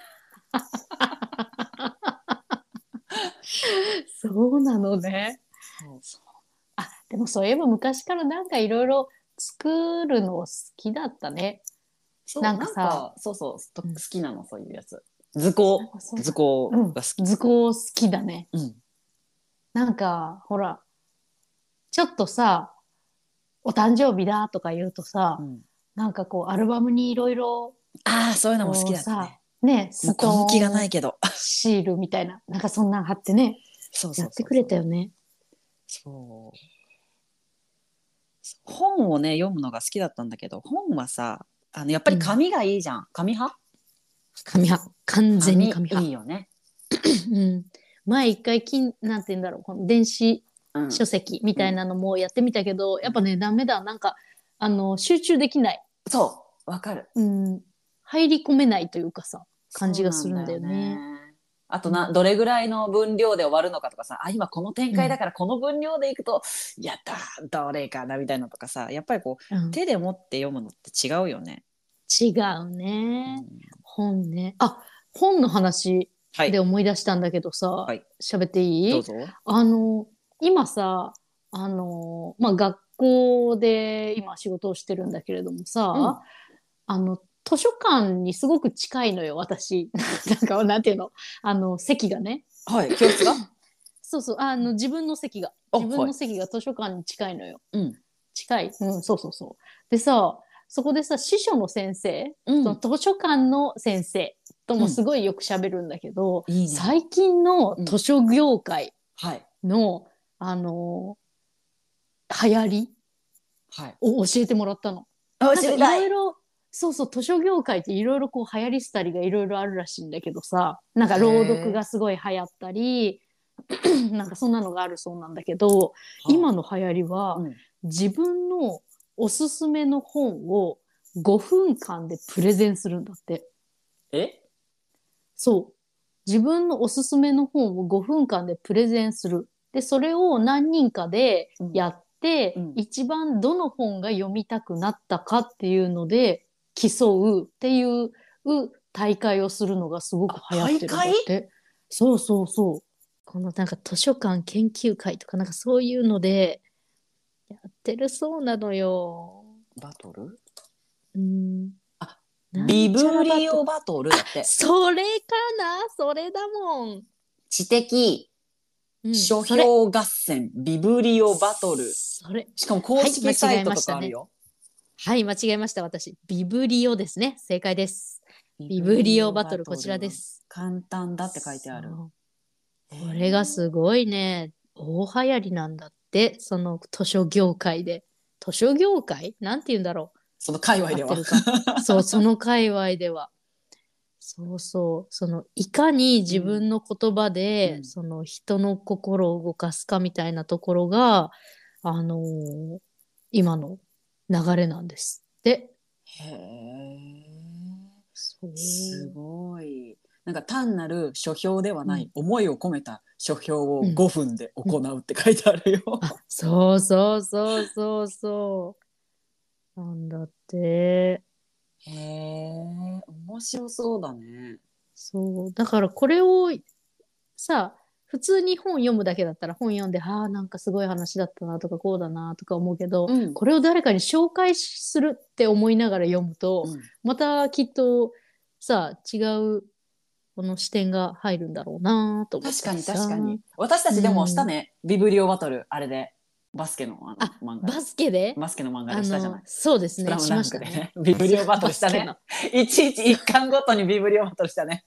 そうなのね。あ、でもそういえば昔からなんかいろいろ作るの好きだったね。 そうなんかさそうそう好うんきなのそういうやつ。図工なんかそう図工うんが好き。 図工好きだね。 うんなんかほら、ちょっとさ、お誕生日だとか言うとさ、 うんなんかこうアルバムにいろいろああそういうのも好こうさ、 きだったね。 ね、 もうスト根気がーンないけど。 シールみたいな、なんかそんなん貼ってね、 そうそうそうそうやってくれたよね。 そう本をね読むのが好きだったんだけど本はさやっぱり紙がいいじゃん、紙派紙派。完全に紙いい派。 よね。 うん。前一回なんて言うんだろう、この電子うん書籍みたいなのもやってみたけど、やっぱね、ダメだ。なんか、集中できない。 そうわかる。 うん。入り込めないというかさ、感じがするんだよね。 あとどれぐらいの分量で終わるのかとかさ今この展開だからこの分量でいくと、やったーどれかなみたいなのとかさやっぱりこう、手で持って読むのって違うよね。 違うね。本ね。あ、本の話で思い出したんだけどさ、喋っていい？ どうぞ。 今さ、まあ、学校で今仕事をしてるんだけれどもさ、図書館にすごく近いのよ、私。なんか、なんていうの席がね。 はい、教室がそうそう、自分の席が図書館に近いのよ。近い。そうそうそう。でさ、そこでさ、司書の先生、その図書館の先生ともすごいよく喋るんだけど、最近の図書業界の、流行りを教えてもらったの。 教えたい。 いろいろそうそう、図書業界っていろいろこう流行りしたりがいろいろあるらしいんだけどさ、なんか朗読がすごい流行ったり、なんかそんなのがあるそうなんだけど、今の流行りは、自分のおすすめの本を5分間でプレゼンするんだって。そう。自分のおすすめの本を5分間でプレゼンする。で、それを何人かでやって、一番どの本が読みたくなったかっていうので競うっていう大会をするのがすごく流行ってるんだって。そうそうそう。このなんか図書館研究会とかなんかそういうのでやってるそうなのよ。 バトル？ なんビブちゃらリオバトルだって。 それかな？それだもん。 知的書評合戦ビブリオバトル。 それ。 しかも公式サイトとかあるよ。 はい、間違えました。私。ビブリオですね。正解です。ビブリオバトル、こちらです。 簡単だって書いてある。 これがすごいね、大流行りなんだって、その図書業界で。図書業界なんて言うんだろう。 その界隈では。 そう、その界隈では。そうそう。いかに自分の言葉で、その人の心を動かすかみたいなところが、今の流れなんですって。 すごい。なんか単なる書評ではない、思いを込めた書評を5分で行うって書いてあるよ。 そうそうそうそうそう。 なんだって。 へえ、面白そうだね。 そう。だからこれをさ、普通に本読むだけだったら本読んで、ああ、なんかすごい話だったなとかこうだなとか思うけど、 うん。 これを誰かに紹介するって思いながら読むと、 うん。 またきっとさ、違うこの視点が入るんだろうなと思っ確かにたりさ。 確かに。私たうちでもしたん。 ね。ビブリオバトル、あれで。バスケのあ、 漫画で。 バスケでバスケの漫画でしたじゃない。 そうですね、しスラムダましたね。 ンクでね。ビブリオバトルしたバスケの。 ね。いちいち一巻ごとにビブリオバトルしたね。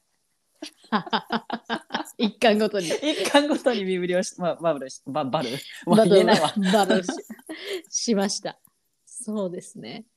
一巻ごとに。 一巻ごとにビブリオし、バブルし、バルもうバトル、 言えないわ。 バトルしました。そうですね。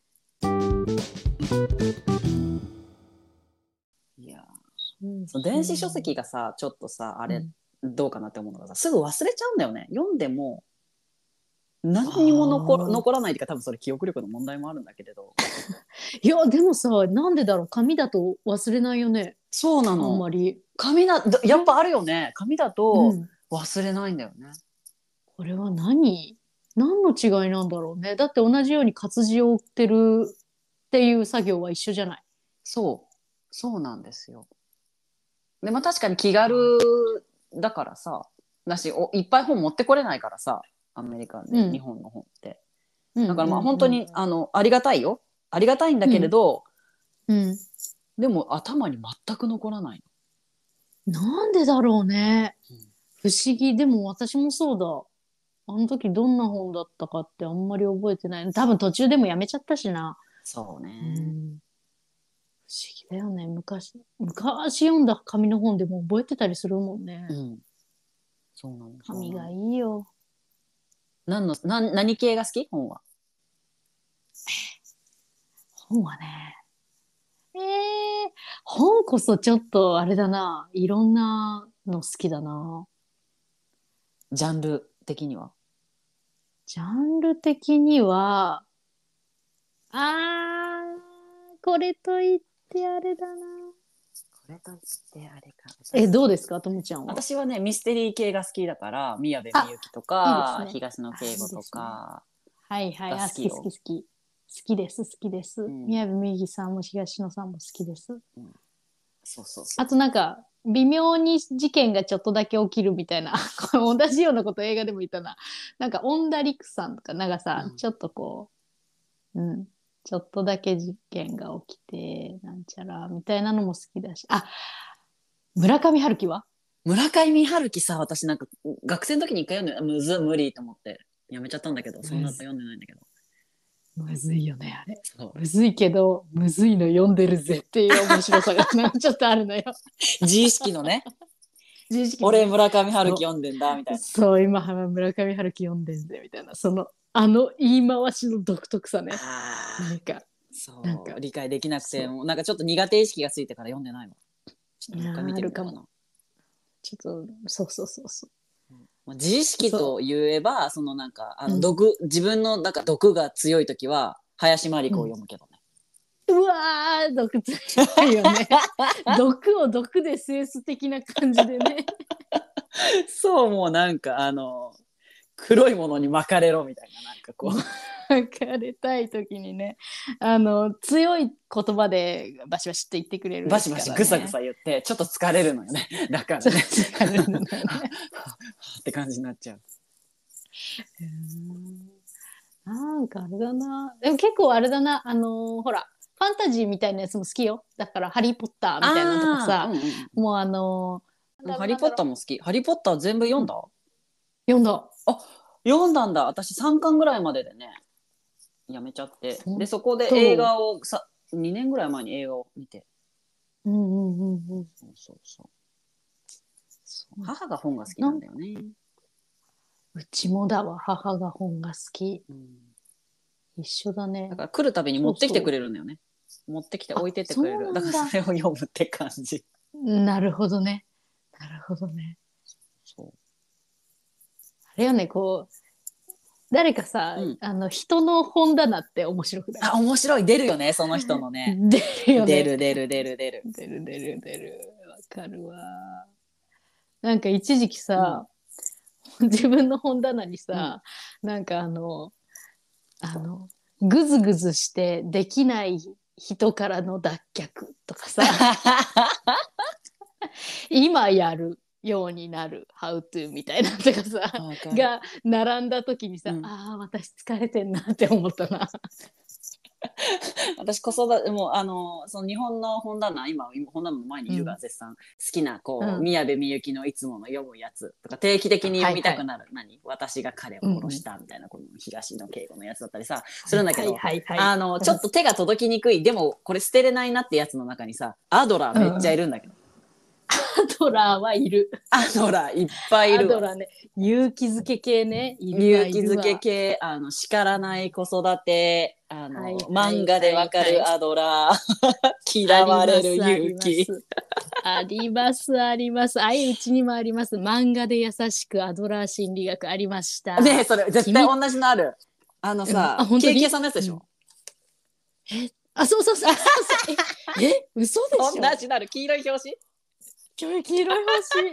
いや、 うんその電子書籍がさ、ちょっとさ、あれ、 うんどうかなって思うのがさ、すぐ忘れちゃうんだよね。読んでも何にもあ残らないっていうか、多分それ記憶力の問題もあるんだけれど。 いや、でもさ、なんでだろう、紙だと忘れないよね。あんそうなの。 まり。 やっぱあるよね。紙だうとん。 忘れないんだよね。 これは何の違いなんだろうね。だって同じように活字を追ってるっていう作業は一緒じゃない。 そうなんですよ。でも確かに気軽だからさ、いっぱい本持ってこれないからさ、アメリカで、 うん日本の本って。 うんだからまあうん本当に、ありがたいよ。ありがたいんだけれど、 うん。 でも頭に全く残らないなんでだろうね。 の。 不思議。でも私もそうだ。あの時どんな本だったかってあんまり覚えてない。多分途中でもやめちゃったしな。 そううね。 ん。不思議だよね。昔読んだ紙の本でも覚えてたりするもんね。 うん。そうなの。そう紙がいなの。 いよ。 何系が好き本は？ 本はね。えー、本こそちょっとあれだな。いろんなの好きだな。 ジャンル的には？ ジャンル的には、あこれといってあれだな。 これといってあれか。 どうですか、ともちゃんは。 私はね、ミステリー系が好きだから、宮部みあ、 ゆきといいですか、 ね。 東野圭吾といいですね。 かはいはい。 が好好き好きよ。 き好き。好きです、好きです。 うん。 宮部みゆきさんも東野さんも好きです。 うん、そうそうそう。 あとなんか、微妙に事件がちょっとだけ起きるみたいな、これ同じようなこと映画でも言ったな。なんか、オンダリクさんとか、なんかさ、 うん、 ちょっとこう、ちょっとだけ事件が起きて、なんちゃら、みたいなのも好きだし。あ、村上春樹は村上春樹さ、私なんか学生の時に一回読んで、無理と思ってやめちゃったんだけど、その後読んでないんだけど。 むずいよね、あれ。 そう。 むずいけど、むずいの読んでるぜっていう面白さがなんかちょっとあるのよ。 自意識のね、 自意識のね。 俺村上春樹そ読んでんだみたう、 いな。 そう今、村上春樹読んでんぜ、みたいな。言い回しの独特さね。 ああ、 なんか、なんか、 そう、理解できなくて、 そう。 もうなんかちょっと苦手意識がついてから読んでないわ。ちょっともう一回見てみようかな。 あるかも。ちょっと、そうそうそうそう。 自意識とそ言えば、そのなんかう。 自分のなんか毒が強い時は林真理子を読むけどね。 うわー、毒強いよね。毒を毒で制す的な感じでね。 そう、もうなんか黒いものに巻かれろみたいな、なんかこう。 別れたい時にね、強い言葉でバシバシって言ってくれるから、ね。 バシバシぐさぐさ言ってちょっと疲れるのよね。だからね。 疲れるのよね。 って感じになっちゃう。 なんかあれだな。でも結構あれだな。ほら、ファンタジーみたいなやつも好きよ。だから、ハリー・ポッターみたいなのとかさ、 うんうん、 もうハリー・ポッターも好き。ハリー・ポッター全部読んだ？ 読んだ。 あ、読んだんだ。私3巻ぐらいまででね、やめちゃって。で、そこで映画を2年ぐらい前に映画を見て。 うんうんうんうん。 そう。母が本が好きなんだよね。 うちもだわ。母が本が好き。 うん、 一緒だね。 だから来るたびに持ってきてくれるんだよね。持ってきて置いてってくれる。だからそれを読むって感じ。 なるほどね。なるほどね。 そう。 あれよね、こう、誰かさ、人の本棚って面白くない？ あ、面白い。出るよね、その人のね。 出るよね。 出る。 出る。わかるわ。なんか一時期さ、自分の本棚にさ、なんかぐずぐずしてできない人からの脱却とかさ今やるようになる How to みたいなとかさわかるが並んだ時にさ、 うんああ私疲れてんなって思ったな。 私子育てもその日本の本棚今本棚の前にいるが、 うん絶賛好きなうん宮部みゆきのいつもの読むやつとか定期的に読みたくなる、私が彼を殺したみたいな、この東野圭吾のやつだったりさするんだけど、 はいはいはいちょっと手が届きにくいでもこれ捨てれないなってやつの中にさアドラーめっちゃいるんだけど、 アドラーはいる。 アドラーいっぱいいるわ。 アドラーね、勇気づけ系ね、いるわ勇気づけ系叱らない子育てはいはいはい漫画でわかるアドラー嫌われる勇気ありますあります。うちにもあります。漫画で優しくアドラー心理学ありました。 ねえそれ絶対同じのあるさ、 本当にケーキ屋さんのやつでしょ、 そうそうそうそう嘘でしょ。 同じのある黄色い表紙黄色い表紙怖い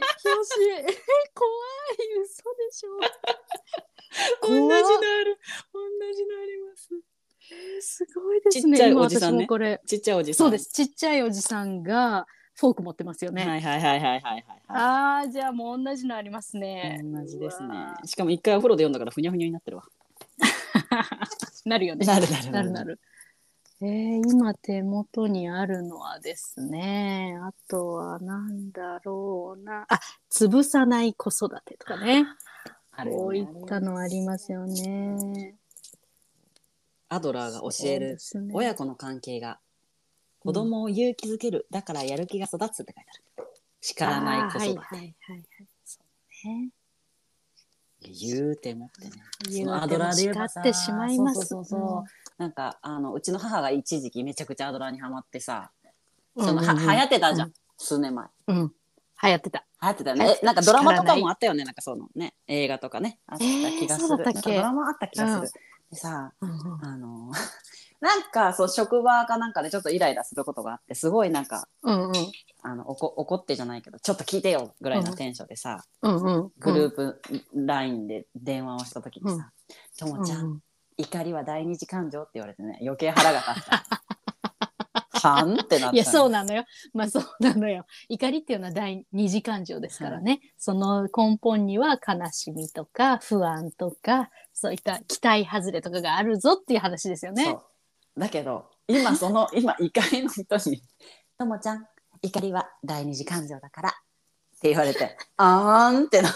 嘘でしょ。 同じの怖いある同じのありますすごいですね。 ちっちゃいおじさんね今私もこれちっちゃいおじさんそうです。ちっちゃいおじさんがフォーク持ってますよね。 はいはいはいはいはいはいああ、じゃあもう同じのありますね。 同じですねうわしかも一回お風呂で読んだからふにゃふにゃになってるわなるよね。 なるなるなるなる。今手元にあるのはですね、あとはなんだろうな。潰さない子育てとかね。こういったのありますよね。 アドラーが教える、 そうですね親子の関係が子供を勇気づける、だからやる気が育つって書いてある。叱らない子育て、 はいはいはいはい。そうね。 言うてもってね。 言うてもそのアドラーで言えばさ、 叱ってしまいますそうそうそうそう、なんかうちの母が一時期めちゃくちゃアドラーにハマってさ、 うんうんうん流行ってたじゃん、数年前。 うん。流行ってた。 流行ってたよね。 流行ってたなんかドラマと叱らないかもあったよね。なんかそのね、映画とかね、あった気がする。 そうだったっけなんかドラマあった気がする。でさ、 うんうんなんかそう職場かなんかでちょっとイライラすることがあって、すごいなんかうんうん怒ってじゃないけど、ちょっと聞いてよぐらいのテンションでさ、 うんうんグループ LINE で電話をした時にさ、ともちゃん、 うん怒りは第二次感情って言われてね、余計腹が立った。はんってなった。 いやそうなのよ。まあそうなのよ。怒りっていうのは第二次感情ですからね。その根本には悲しみとか不安とかそういった期待外れとかがあるぞっていう話ですよね。 そうだけど今怒りの人に「ともちゃん怒りは第二次感情だから」って言われて「あーん」ってな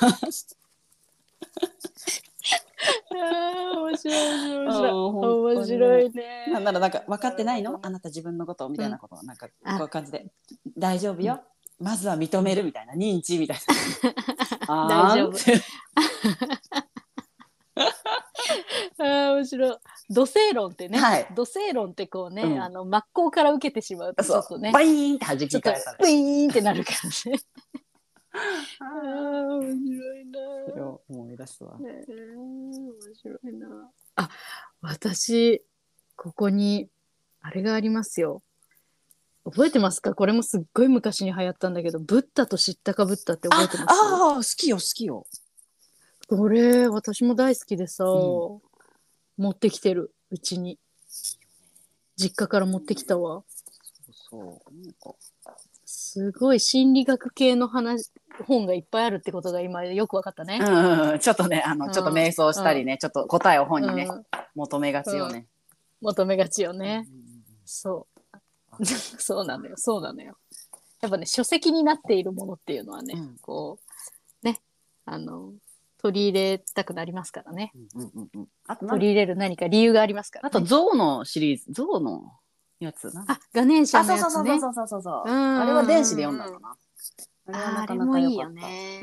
面白い面白い面面白いね。 なんならなんか分かってないのあなた自分のことみたいなことをなんかこういう感じで「大丈夫よ、まずは認める」みたいな、認知みたいな大丈夫。面白い。土星論ってね、 はい土星論ってこうね、 うん真っ向から受けてしまうとちょっとね、 バイーンって弾ちょっとき返されブイーンってなるからね。面白いな。 それを思い出すわ。 面白いな。私ここにあれがありますよ。覚えてますか？これもすっごい昔に流行ったんだけど、ブッダと知ったかブッダって覚えてます？ 好きよ好きよ。 これ私も大好きでさ、持ってきてるうちに実家から持ってきたわ。 そうなんかすごい心理学系の本がいっぱいあるってことが今よく分かったね。 ちょっとねちょっと瞑想したりね、ちょっと答えを本にね、求めがちよね。 求めがちよね。そうそうなのよそうなのよ。やっぱね書籍になっているものっていうのはね、こうね取り入れたくなりますからね。 あと取り入れる何か理由がありますから、ね。 あと象のシリーズ、象のやつな。 ガネーシャのやつね。 そう。あれは電子で読んだのかな。あれはなかなか良かった。 あれもいいよね。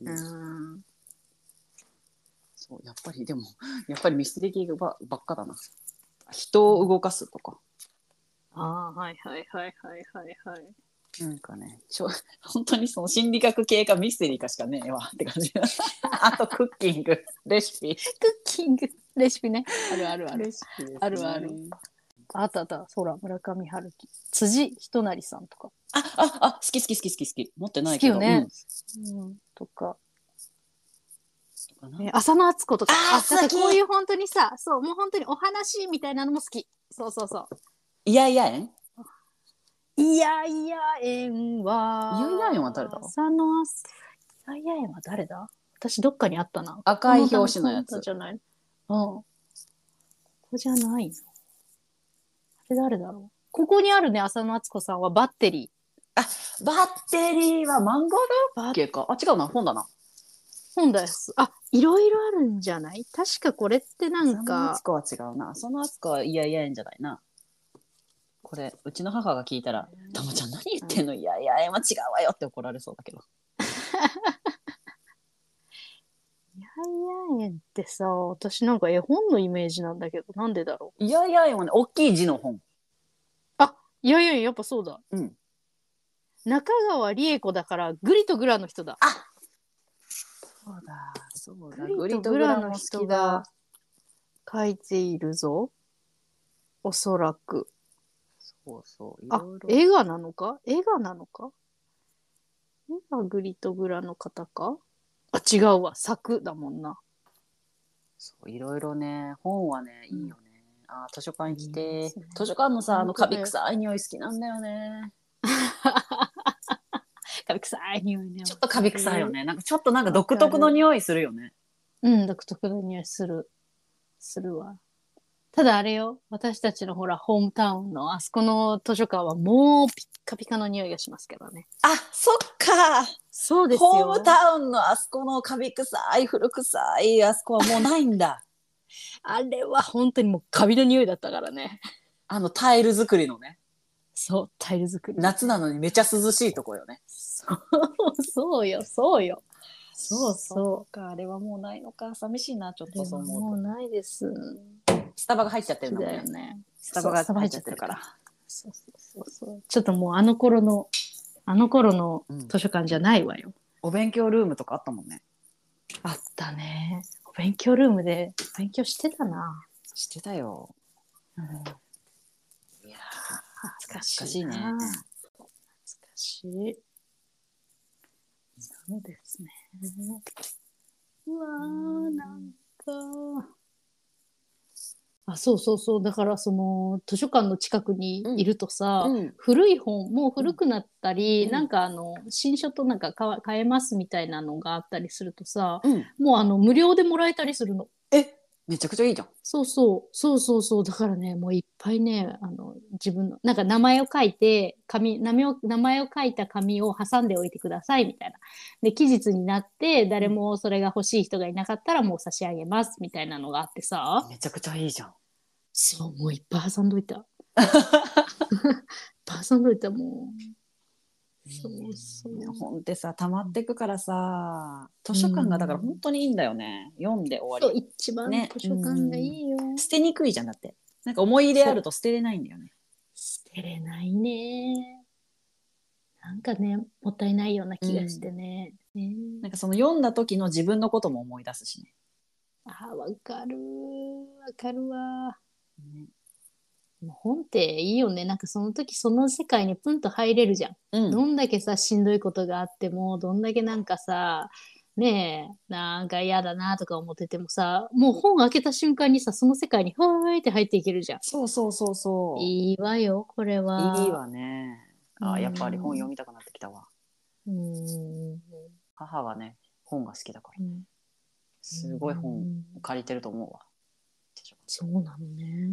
そうやっぱりミステリー系ばっかだな。人を動かすとか。 はい。 なんかね、本当にその心理学系かミステリーかしかねえわって感じ。あとクッキング、レシピ。 クッキング、レシピね。ある。 レシピですね。 ある。あった。ほら、村上春樹。辻仁成さんとか。 好き。持ってないけど。 好きよね。とか。 浅野敦子とか。だって好き。 こういう本当にさ、そう、もう本当にお話みたいなのも好き。そうそうそう。 いやいや園。 いやいや園は。 いやいや園は誰だ？ 浅野敦子。いやいや園は誰だ？私どっかにあったな。 赤い表紙のやつ。 こじゃない。ここじゃないの。あれ誰だろう。ここにあるね、浅野敦子さんはバッテリー。 バッテリーは漫画だっけか。あ、違うな、本だな。 本です。いろいろあるんじゃない？確かこれってなん浅野か敦。子は違うな。浅野敦子はいやいや園じゃないな。これうちの母が聞いたら「ともちゃん何言ってんの、いやいや園は違うわよ」って怒られそうだけど。 いやいや園ってさ、私なんか絵本のイメージなんだけど、なんでだろいやいや園はね、大きい字の本。 う。いやいや園やっぱそうだ。 うん。 中川理恵子だからグリとグラの人だ。 そうだそうだ。 グリとグラの人が書いているぞ。おそらく。 そうそう。いろいろ。 映画なのか？映画なのか？絵がグリとグラの方か？違うわ。作だもんな。 そういろいろね、本はねいいよね。図書館行きて、 いいですね図書館のさ本当だよカビ臭い匂い好きなんだよね。 カビ臭い匂いね。 ちょっとカビ臭いよね。なんかちょっとなんか独特の匂いするよね。 独特の匂いするわ。ただあれよ、私たちのほらホームタウンのあそこの図書館はもうピッカピカの匂いがしますけどね。 そっか。 そうですよ。 ホームタウンのあそこのカビ臭い古臭いあそこはもうないんだ。 あれは本当にもうカビの匂いだったからね。 タイル作りのね。 そう、タイル作り。 夏なのにめちゃ涼しいとこよね。 そうよ。 そうか、あれはもうないのか。寂しいな、ちょっとそう思うと。 もうないです。 スタバが入っちゃってるんだもんね。 だよね。 スタバが入っちゃってるから。 そう。ちょっともうあの頃の図書館じゃないわよ。 お勉強ルームとかあったもんね。 あったね。お勉強ルームで勉強してたな。 してたよ。いや懐かしいね。 懐かしい。そうですね。うわー、なんか。そう。だからその図書館の近くにいるとさ、古い本、もう古くなったり、なんか新書となんか買えますみたいなのがあったりするとさ、もう無料でもらえたりするの。 めちゃくちゃいいじゃん。 そう。だからね、もういっぱいね、自分の、なんか名前を書いて、名前を書いた紙を挟んでおいてくださいみたいな。で、期日になって、誰もそれが欲しい人がいなかったらもう差し上げますみたいなのがあってさ。 めちゃくちゃいいじゃん。 そう、もういっぱい挟んどいた。挟んどいた、もう。 本ってさ、溜まってくからさ、図書館がだから本当にいいんだよね。読んで終わり。 一番図書館がいいよ。 捨てにくいじゃん、だって。なんか思い入れあると捨てれないんだよね。 捨てれないね。なんかね、もったいないような気がしてね。 なんかその読んだ時の自分のことも思い出すしね。 わかるわ。もう本っていいよね。なんかその時その世界にプンと入れるじゃん。どんだけさ、しんどいことがあっても、どんだけなんかさ、ねえ、なんか嫌だなとか思っててもさ、もう本開けた瞬間にさ、その世界にふーって入っていけるじゃん。 そう。 いいわよ、これは。 いいわね。やっぱり本読みたくなってきたわ。母がね、本が好きだから、すごい本借りてると思うわ。 そうなのね。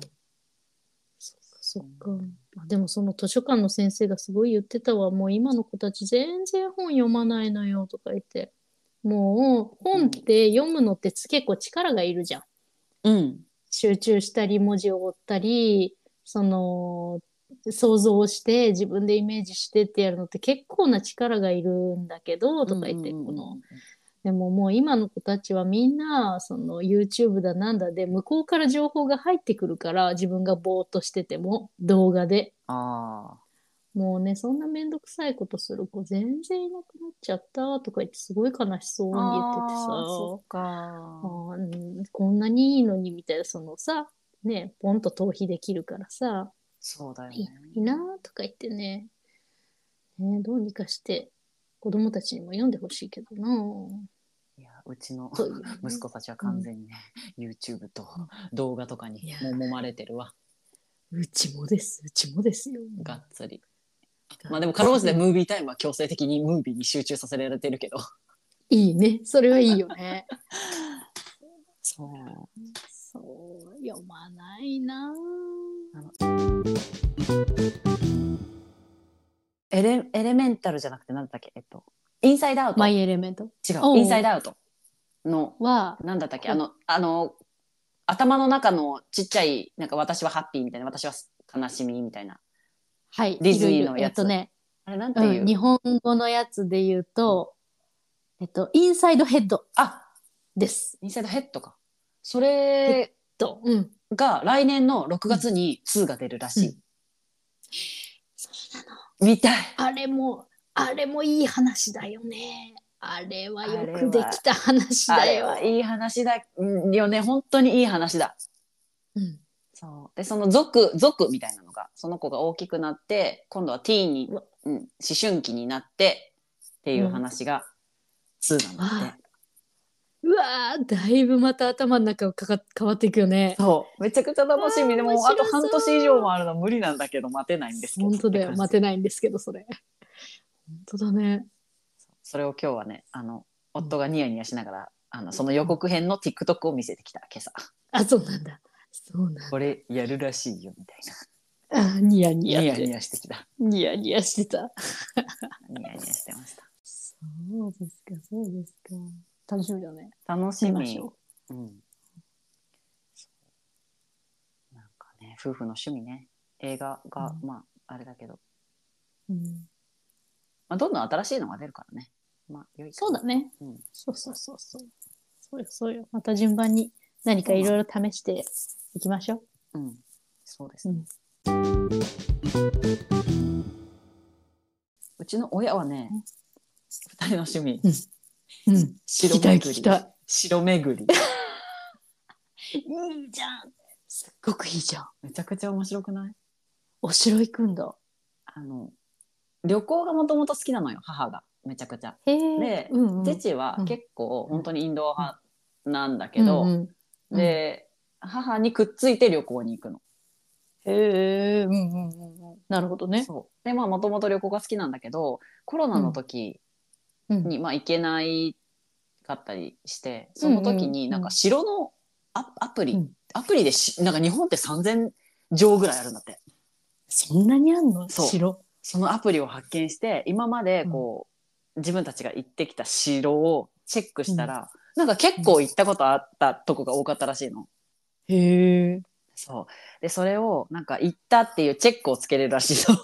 そっか。でもその図書館の先生がすごい言ってたわ。もう今の子たち全然本読まないのよとか言って。もう本って読むのって結構力がいるじゃん。集中したり文字を追ったり、その想像して自分でイメージしてってやるのって結構な力がいるんだけどとか言って、でももう今の子たちはみんなその YouTube だなんだで向こうから情報が入ってくるから自分がぼーっとしてても動画でもうねそんなめんどくさいことする子全然いなくなっちゃったとか言ってすごい悲しそうに言っててさこんなにいいのにみたいなそのさねポンと逃避できるからさそうだよねいいなとか言ってねどうにかして子供たちにも読んでほしいけどな。 いやうちのそういうね息子たちは完全にね、YouTube と動画とかにもう揉まれてるわ。 うちもですよ。 がっつり。まあでもかろうじてムービータイムは強制的にムービーに集中させられてるけど。 いいね。それはいいよね。 そうそう読まないな。 エレメンタルじゃなくて何だったっけ、インサイドアウト。 マイエレメント違う、インサイドアウトのは何だったっけ、頭の中のちっちゃいなんか私はハッピーみたいな、私は悲しみみたいな、 はいディズニーのやつ。 ね、 あれなんていう、 日本語のやつで言うと、インサイドヘッドです。 インサイドヘッドか。それが来年の6月に2が出るらしい。 そうなの。 見たい。 あれもいい話だよね。あれはよくできた話だよ。 あれはいい話だよね。本当にいい話だ。そうで、その族みたいなのが、その子が大きくなって今度はティーンに、思春期になってっていう話が2なんだって。 うわー、だいぶまた頭の中が変わっていくよね。 そうめちゃくちゃ楽しみで、もうあと半年以上もあるの無理なんだけど待てないんですけど。 本当だよ、待てないんですけど、それ本当だね。 それを今日はね、夫がニヤニヤしながらその予告編の TikTok を見せてきた今朝。 あ、そうなんだ。そうなんだ。 これやるらしいよみたいな。 ニヤニヤしてきた。 ニヤニヤしてた。 ニヤニヤしてました。 そうですか、そうですか。楽しみだね。 楽しみ。 なんかね、夫婦の趣味ね、映画が、まああれだけど、まあ、どんどん新しいのが出るからね。まあ良いかな。 そうだね。そうよ。また順番に何かいろいろ試していきましょう。 そうですね。うちの親はね、2人の趣味、城巡り。城巡り。 いいじゃん。すっごくいいじゃん。 めちゃくちゃ面白くない？ お城行くんだ。 旅行がもともと好きなのよ、母がめちゃくちゃ。で、父は結構本当にインド派なんだけど、で母にくっついて旅行に行くの。 なるほどね。 そうで、まあもともと旅行が好きなんだけど、コロナの時に、まあ行けないかったりして、その時になんか城のアプリでなんか日本って3000城ぐらいあるんだって。 そんなにあんの？ 城。そのアプリを発見して、今まで自分たちが行ってきた城をチェックしたら、なんか結構行ったことあったとこが多かったらしいの。 へえ。 そうで、それをなんか行ったっていうチェックをつけれるらしいの。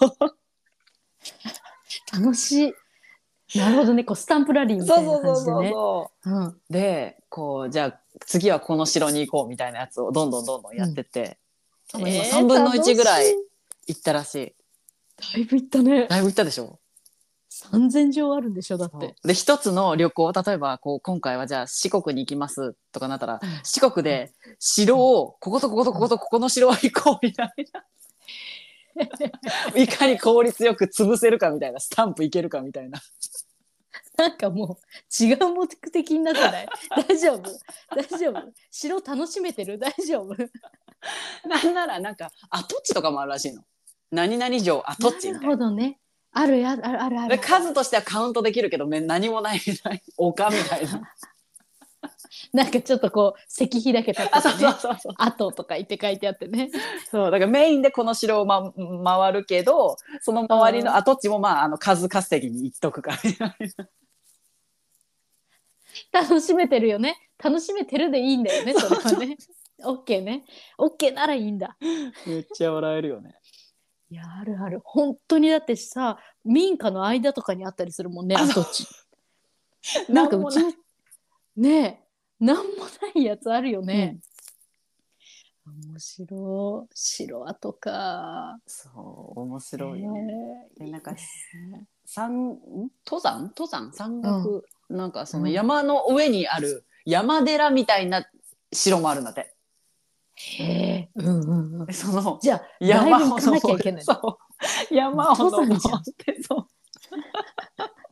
楽しい。なるほどね、スタンプラリーみたいな感じでね。 でじゃあ次はこの城に行こうみたいなやつをどんどんやってて、多分今3分の1ぐらい行ったらしい。 だいぶ行ったね。 だいぶ行ったでしょ。 3000城あるんでしょ、だって。 で一つの旅行、例えば今回はじゃあ四国に行きますとかなったら、四国で城をこことこことこことここの城は行こうみたいな。いかに効率よく潰せるかみたいな、スタンプいけるかみたいな。 なんかもう違う目的になってない？大丈夫？城楽しめてる？大丈夫？ なんならなんか跡地とかもあるらしいの。何々城跡地みたいな。 なるほどね。ある。 数としてはカウントできるけど何もないみたいな。丘みたいな。 なんかちょっと石碑だけ立っててね。跡とか言って書いてあってね。 そうだからメインでこの城を、回るけど、その周りの跡地も数稼ぎに行っとくかみたいな。 楽しめてるよね。楽しめてるでいいんだよね、それはね。OK ね。OK ならいいんだ。 めっちゃ笑えるよね。 いや、ある。本当にだってさ、民家の間とかにあったりするもんね、跡地。なんかうちのねえ、なんもないやつあるよね。面白い。城跡か。 そう面白いよね。でなんか登山山岳、なんかその山の上にある山寺みたいな城もあるんだって。 へえ。 そのじゃあ山を行かなきゃいけない。 山を登ってそう。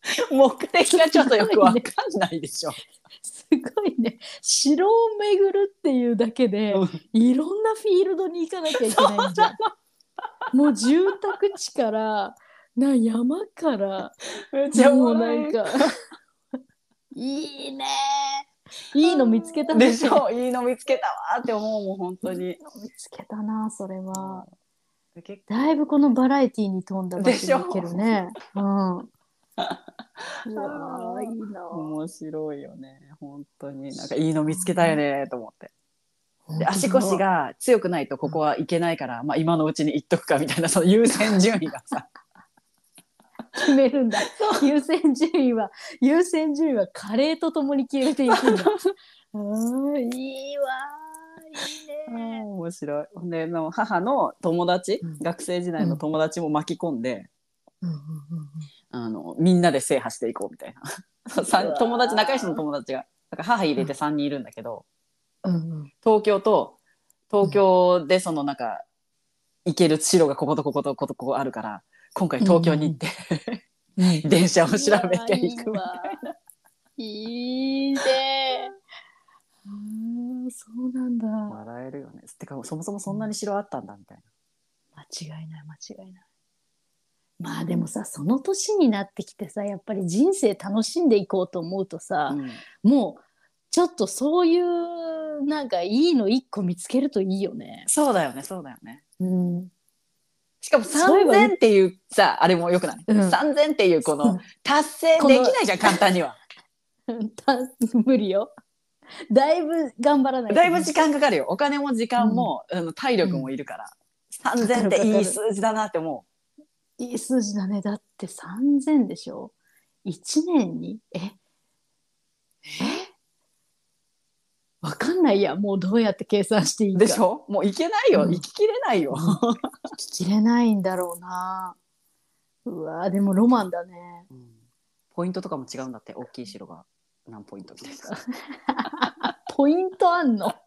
目的がちょっとよくわかんないでしょ。 すごいね。城を巡るっていうだけで、 うんいろんなフィールドに行かなきゃいけないんじゃん。もう住宅地から山からめっちゃおもうもろいなんかいいね。いいの見つけたね。 でしょ。いいの見つけたわって思うもん本当に。 いいの見つけたなそれは。 結だいぶこのバラエティに富んだ場でしょ所に行けるね。うん。うわーいいな。 面白いよね本当に。なんかいいの見つけたよねと思って。で本当だ足腰が強くないとここは行けないから、まあ、今のうちに行っとくかみたいなその優先順位がさ決めるんだ。優先順位は加齢とともに決めていくんだ。いいわいいね。 面白い。で母の友達、 うん学生時代の友達も巻き込んで、 うんうんうんみんなで制覇していこうみたいな友達仲良しの友達がだから母入れて3人いるんだけど、 うんうん東京でそのなんか行ける城がこことこことこことここあるから今回東京に行って、 うん電車を調べていくみたいな。 いいわいいね。そうなんだ。 笑えるよね。てかそもそもそんなに城あったんだみたいな。 間違いない間違いない。まあでもさその年になってきてさやっぱり人生楽しんでいこうと思うとさ、もうちょっとそういうなんかいいの一個見つけるといいよね。 そうだよねそうだよね。 うんしかも3000っていうさあれもよくない、3000っていうこの達成できないじゃん簡単には。 無理よ。だいぶ頑張らないと。 だいぶ時間かかるよ。お金も時間も、体力もいるから、3000っていい数字だなって思う。 いい数字だね。だって3000でしょ。1年にわかんないや。もうどうやって計算していいか。 でしょ。もういけないよ、生ききれないよ。 生ききれないんだろうな。うわでもロマンだね。 ポイントとかも違うんだって。大きい城が何ポイントみたいな。ポイントあんの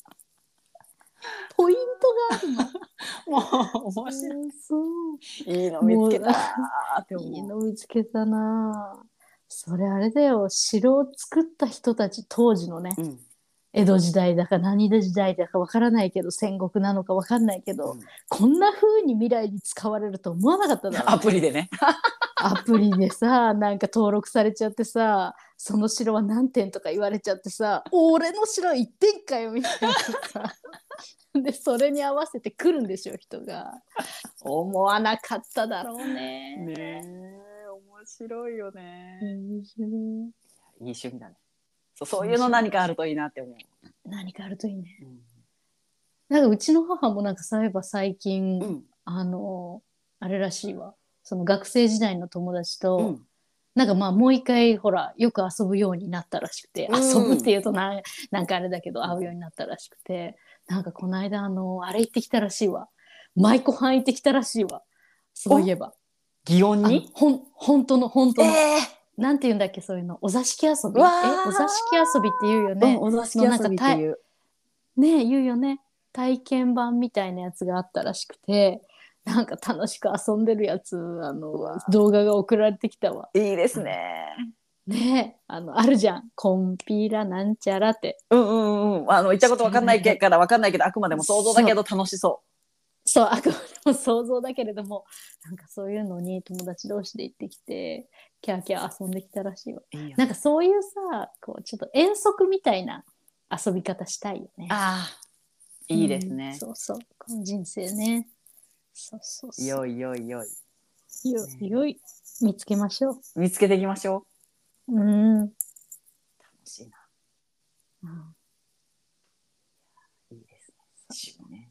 ポイントがあるのもう面白い。 そういいの見つけたって思う。 いいの見つけたな。それあれだよ。城を作った人たち当時のね、江戸時代だか何時代だかわからないけど戦国なのかわかんないけど、こんな風に未来に使われると思わなかっただろう、ね、 アプリでねアプリでさなんか登録されちゃってさその城は何点とか言われちゃってさ俺の城1点かよみたいなさでそれに合わせて来るんでしょ人が。思わなかっただろうね。 ねえ面白いよね。 面白い。いい趣味だね。そういうの何かあるといいなって思う。 何かあるといいね。なんかうちの母もなんかそういえば最近、あれらしいわ。その学生時代の友達と、なんかまあもう一回ほらよく遊ぶようになったらしくて、遊ぶっていうとなんかあれだけど会うようになったらしくて、なんかこの間あれ行ってきたらしいわ。舞妓飯行ってきたらしいわ。そういえば。 祇園に？ 本当の。なんて言うんだっけそういうの。お座敷遊び。お座敷遊びって言うよね。 お座敷遊びっていう。 ね言うよね。体験版みたいなやつがあったらしくて、なんか楽しく遊んでるやつ動画が送られてきたわ。 いいですね。 ねあるじゃん。コンピラなんちゃらって。 行ったことわかんないからわかんないけどあくまでも想像だけど楽しそう。 そうあくまでも想像だけれどもなんかそういうのに友達同士で行ってきてキャーキャー遊んできたらしいわ。なんかそういうさこうちょっと遠足みたいな遊び方したいよね。 ああいいですね。 そうそうこの人生ね。そうよいよい見つけましょう。 見つけていきましょう。 楽しいな。いいですね。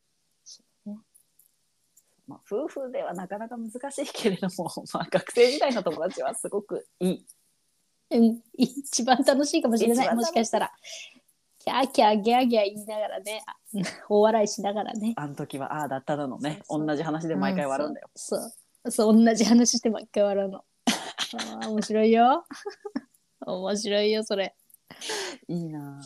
まあ、夫婦ではなかなか難しいけれども、まあ、学生時代の友達はすごくいい。 一番楽しいかもしれない。もしかしたらキャーキャーギャーギャー言いながらね大笑いしながらねあの時はああだったのね。同じ話で毎回笑うんだよ。 そう同じ話して毎回笑うの。面白いよ面白いよそれ。 いいな。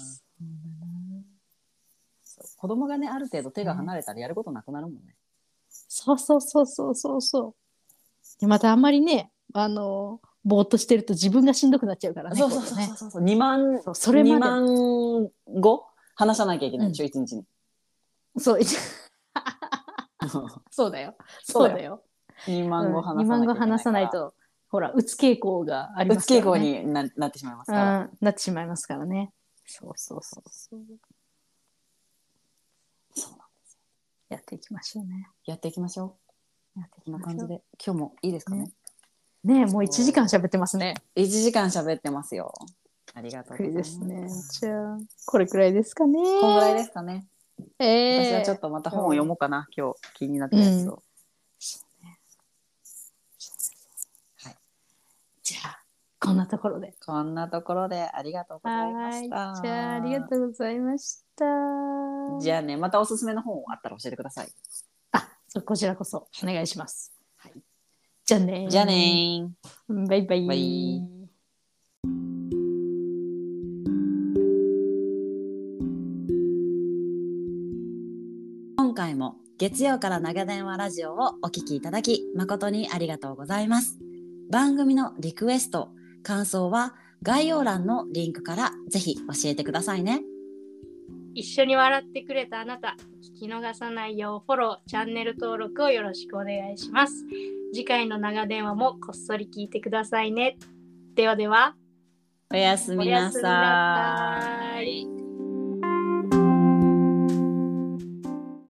子供がねある程度手が離れたらやることなくなるもんね。 そうでまたあんまりねぼーっとしてると自分がしんどくなっちゃうからね。 そうそうそうそうそう、2万、 そうそれまで 2万語話さなきゃいけないでしょ、1日に。 そうそうだよ。そうだよ。 2万語 2 話さ万語なきゃいけないから。 話さないと、ほら、うつ傾向がありうつ傾向ますからね。 になってしまいますから。 なってしまいますからね。そうそうそう。 そうなんですよ。 やっていきましょうね。 やっていきましょう。 やっていこんなきましょう。 感じで。今日もいいですかね。 ねえ、もう1時間喋ってますね。 1時間喋ってますよ。ありがとうございでます。 すね。じゃあ、これくらいですかね。 こんぐらいですかね。私はちょっととまた本を読もうかな、今日気になったやつを。はい。 じゃあ、こんなところで。 こんなところでありがとうございました。 はい。じゃあ、ありがとうございました。 じゃあね、またおすすめの本あったら教えてください。 そう、こちらこそお願いします。はい。じゃあね。 じゃあねー。 バイバイ。 バイ。今回も月曜から長電話ラジオをお聞きいただき誠にありがとうございます。番組のリクエスト、感想は概要欄のリンクからぜひ教えてくださいね。 一緒に笑ってくれたあなた、聞き逃さないようフォロー、チャンネル登録をよろしくお願いします。次回の長電話もこっそり聞いてくださいね。ではでは、 おやすみなさおやすみなさい。